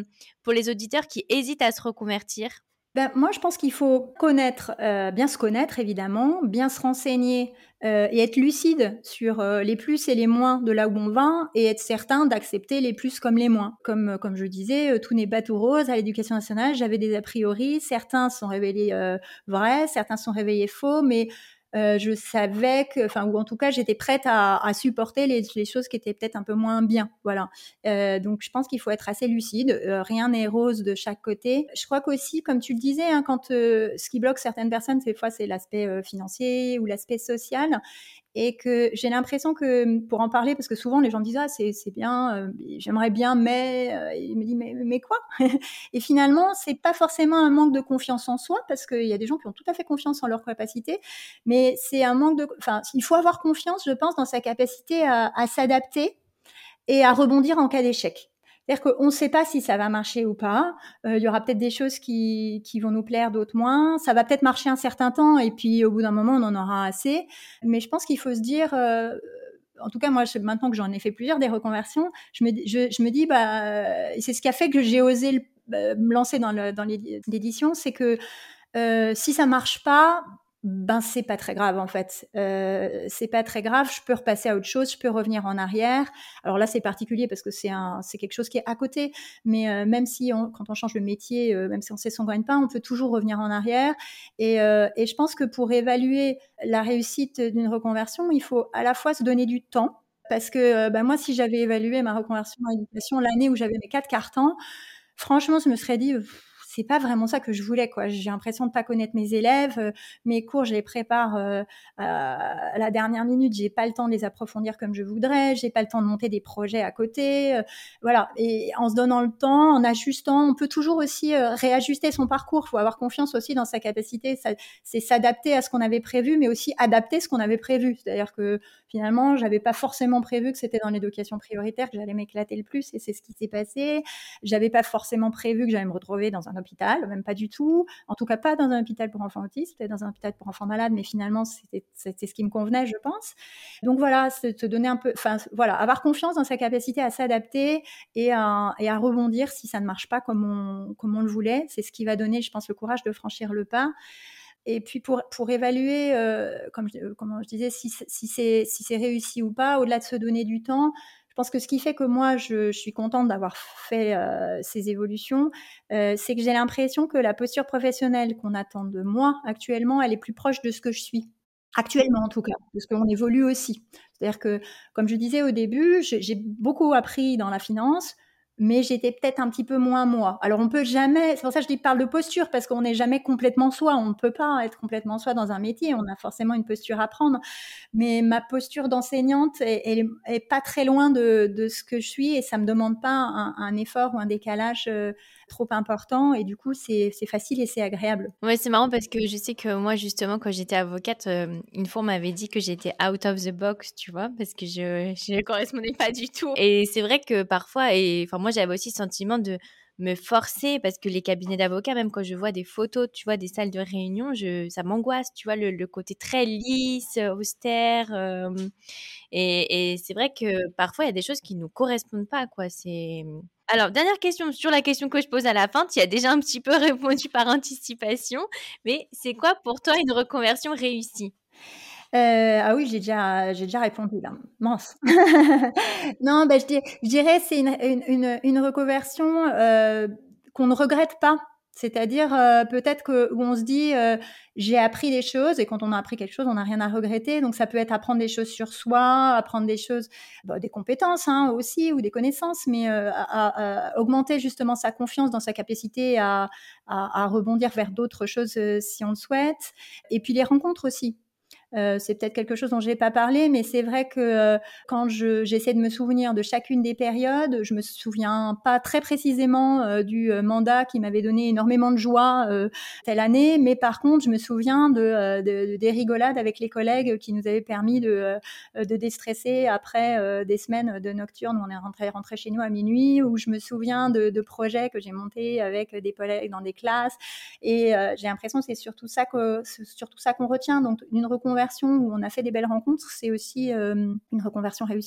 pour les auditeurs qui hésitent à se reconvertir? Ben, moi, je pense qu'il faut connaître, heu, bien se connaître évidemment, bien se renseigner, heu et être lucide sur, heu, les plus et les moins de là où on va et être certain d'accepter les plus comme les moins. Comme, heu, comme je disais, heu, tout n'est pas tout rose à l'éducation nationale. J'avais des a priori, certains se sont révélés, heu, vrais, certains se sont révélés faux, mais heu, je savais que enfin ou en tout cas, j'étais prête à à supporter les les choses qui étaient peut-être un peu moins bien, voilà. Heu, donc je pense qu'il faut être assez lucide, heu, rien n'est rose de chaque côté. Je crois qu'aussi, comme tu le disais, hein, quand, heu, ce qui bloque certaines personnes, des fois, c'est l'aspect, heu, financier ou l'aspect social et que j'ai l'impression que, pour en parler, parce que souvent les gens me disent: «Ah c'est c'est bien, heu, j'aimerais bien mais», heu, et il me dit: «Mais mais quoi?» et finalement, c'est pas forcément un manque de confiance en soi, parce qu'il y a des gens qui ont tout à fait confiance en leurs capacités, mais c'est un manque de enfin, il faut avoir confiance, je pense, dans sa capacité à à s'adapter et à rebondir en cas d'échec. C'est-à-dire qu'on ne sait pas si ça va marcher ou pas. Euh, il y aura peut-être des choses qui, qui vont nous plaire, d'autres moins. Ça va peut-être marcher un certain temps et puis au bout d'un moment, on en aura assez. Mais je pense qu'il faut se dire, euh, en tout cas moi, je, maintenant que j'en ai fait plusieurs des reconversions, je me, je, je me dis, bah, c'est ce qui a fait que j'ai osé le, bah, me lancer dans, le, dans l'édition, c'est que euh, si ça marche pas, ben c'est pas très grave en fait. Euh, c'est pas très grave. Je peux repasser à autre chose. Je peux revenir en arrière. Alors là, c'est particulier parce que c'est un, c'est quelque chose qui est à côté. Mais euh, même si on, quand on change de métier, euh, même si on sait son gagne-pain, on peut toujours revenir en arrière. Et, euh, et je pense que pour évaluer la réussite d'une reconversion, il faut à la fois se donner du temps. Parce que euh, ben moi, si j'avais évalué ma reconversion en éducation l'année où j'avais mes quatre cartons, franchement, je me serais dit, c'est pas vraiment ça que je voulais, quoi. J'ai l'impression de pas connaître mes élèves. Euh, mes cours, je les prépare euh, à la dernière minute. J'ai pas le temps de les approfondir comme je voudrais. J'ai pas le temps de monter des projets à côté. Euh, voilà. Et en se donnant le temps, en ajustant, on peut toujours aussi euh, réajuster son parcours. Il faut avoir confiance aussi dans sa capacité. Ça, c'est s'adapter à ce qu'on avait prévu, mais aussi adapter ce qu'on avait prévu. C'est-à-dire que finalement, j'avais pas forcément prévu que c'était dans l'éducation prioritaire que j'allais m'éclater le plus, et c'est ce qui s'est passé. J'avais pas forcément prévu que j'allais me retrouver dans un hôpital, même pas du tout. En tout cas, pas dans un hôpital pour enfants autistes, peut-être dans un hôpital pour enfants malades, mais finalement, c'était, c'était ce qui me convenait, je pense. Donc voilà, se donner un peu, enfin voilà, avoir confiance dans sa capacité à s'adapter et à, et à rebondir si ça ne marche pas comme on, comme on le voulait. C'est ce qui va donner, je pense, le courage de franchir le pas. Et puis pour, pour évaluer, euh, comme, je, comme je disais, si, si, c'est, si c'est réussi ou pas, au-delà de se donner du temps, je pense que ce qui fait que moi, je, je suis contente d'avoir fait euh, ces évolutions, euh, c'est que j'ai l'impression que la posture professionnelle qu'on attend de moi actuellement, elle est plus proche de ce que je suis. Actuellement, en tout cas, parce qu'on évolue aussi. C'est-à-dire que, comme je disais au début, j'ai, j'ai beaucoup appris dans la finance, mais j'étais peut-être un petit peu moins moi. Alors on peut jamais, c'est pour ça que je dis parle de posture, parce qu'on n'est jamais complètement soi, on ne peut pas être complètement soi dans un métier, on a forcément une posture à prendre, mais ma posture d'enseignante est, est, est pas très loin de, de ce que je suis, et ça me demande pas un, un effort ou un décalage euh, trop important, et du coup c'est, c'est facile et c'est agréable. Ouais, c'est marrant parce que je sais que moi, justement, quand j'étais avocate, euh, une fois, on m'avait dit que j'étais out of the box, tu vois, parce que je je correspondais pas du tout. Et c'est vrai que parfois, et enfin, moi, j'avais aussi le sentiment de me forcer parce que les cabinets d'avocats, même quand je vois des photos, tu vois, des salles de réunion, je, ça m'angoisse, tu vois, le, le côté très lisse, austère. euh, et, et c'est vrai que parfois, il y a des choses qui nous correspondent pas, quoi. C'est... Alors, dernière question sur la question que je pose à la fin. Tu y as déjà un petit peu répondu par anticipation, mais c'est quoi pour toi une reconversion réussie? Euh, ah oui, j'ai déjà, j'ai déjà répondu là. Mince. Non, ben je, dis- je dirais c'est une, une, une, une reconversion euh, qu'on ne regrette pas. C'est-à-dire euh, peut-être que où on se dit euh, j'ai appris des choses, et quand on a appris quelque chose, on n'a rien à regretter. Donc ça peut être apprendre des choses sur soi, apprendre des choses, bah, des compétences hein, aussi, ou des connaissances, mais euh, à, à augmenter justement sa confiance dans sa capacité à, à, à rebondir vers d'autres choses euh, si on le souhaite. Et puis les rencontres aussi. Euh, c'est peut-être quelque chose dont j'ai pas parlé, mais c'est vrai que euh, quand je, j'essaie de me souvenir de chacune des périodes, je me souviens pas très précisément euh, du euh, mandat qui m'avait donné énormément de joie euh, telle année, mais par contre, je me souviens de, euh, de, de des rigolades avec les collègues qui nous avaient permis de, euh, de déstresser après euh, des semaines de nocturne où on est rentré, rentré chez nous à minuit, où je me souviens de, de projets que j'ai montés avec des collègues dans des classes, et euh, j'ai l'impression que c'est surtout ça que, c'est surtout ça qu'on retient. Donc, une reconversion où on a fait des belles rencontres, c'est aussi euh, une reconversion réussie.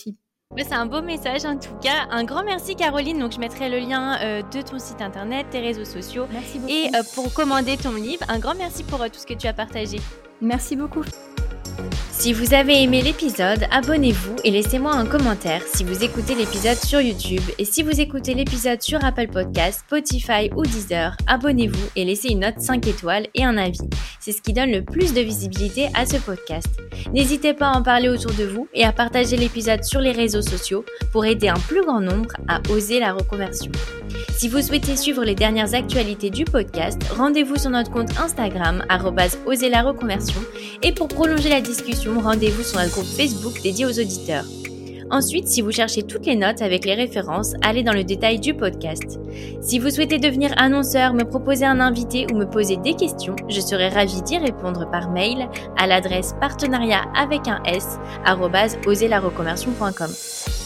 Ouais, c'est un beau message en tout cas. Un grand merci Caroline. Donc je mettrai le lien euh, de ton site internet, tes réseaux sociaux. Merci beaucoup. Et euh, pour commander ton livre, un grand merci pour euh, tout ce que tu as partagé. Merci beaucoup. Si vous avez aimé l'épisode, abonnez-vous et laissez-moi un commentaire si vous écoutez l'épisode sur YouTube. Et si vous écoutez l'épisode sur Apple Podcasts, Spotify ou Deezer, abonnez-vous et laissez une note cinq étoiles et un avis. C'est ce qui donne le plus de visibilité à ce podcast. N'hésitez pas à en parler autour de vous et à partager l'épisode sur les réseaux sociaux pour aider un plus grand nombre à oser la reconversion. Si vous souhaitez suivre les dernières actualités du podcast, rendez-vous sur notre compte Instagram arobase oser la reconversion et pour prolonger la discussion, rendez-vous sur notre groupe Facebook dédié aux auditeurs. Ensuite, si vous cherchez toutes les notes avec les références, allez dans le détail du podcast. Si vous souhaitez devenir annonceur, me proposer un invité ou me poser des questions, je serai ravie d'y répondre par mail à l'adresse partenariat avec un s arobase oser la reconversion point com.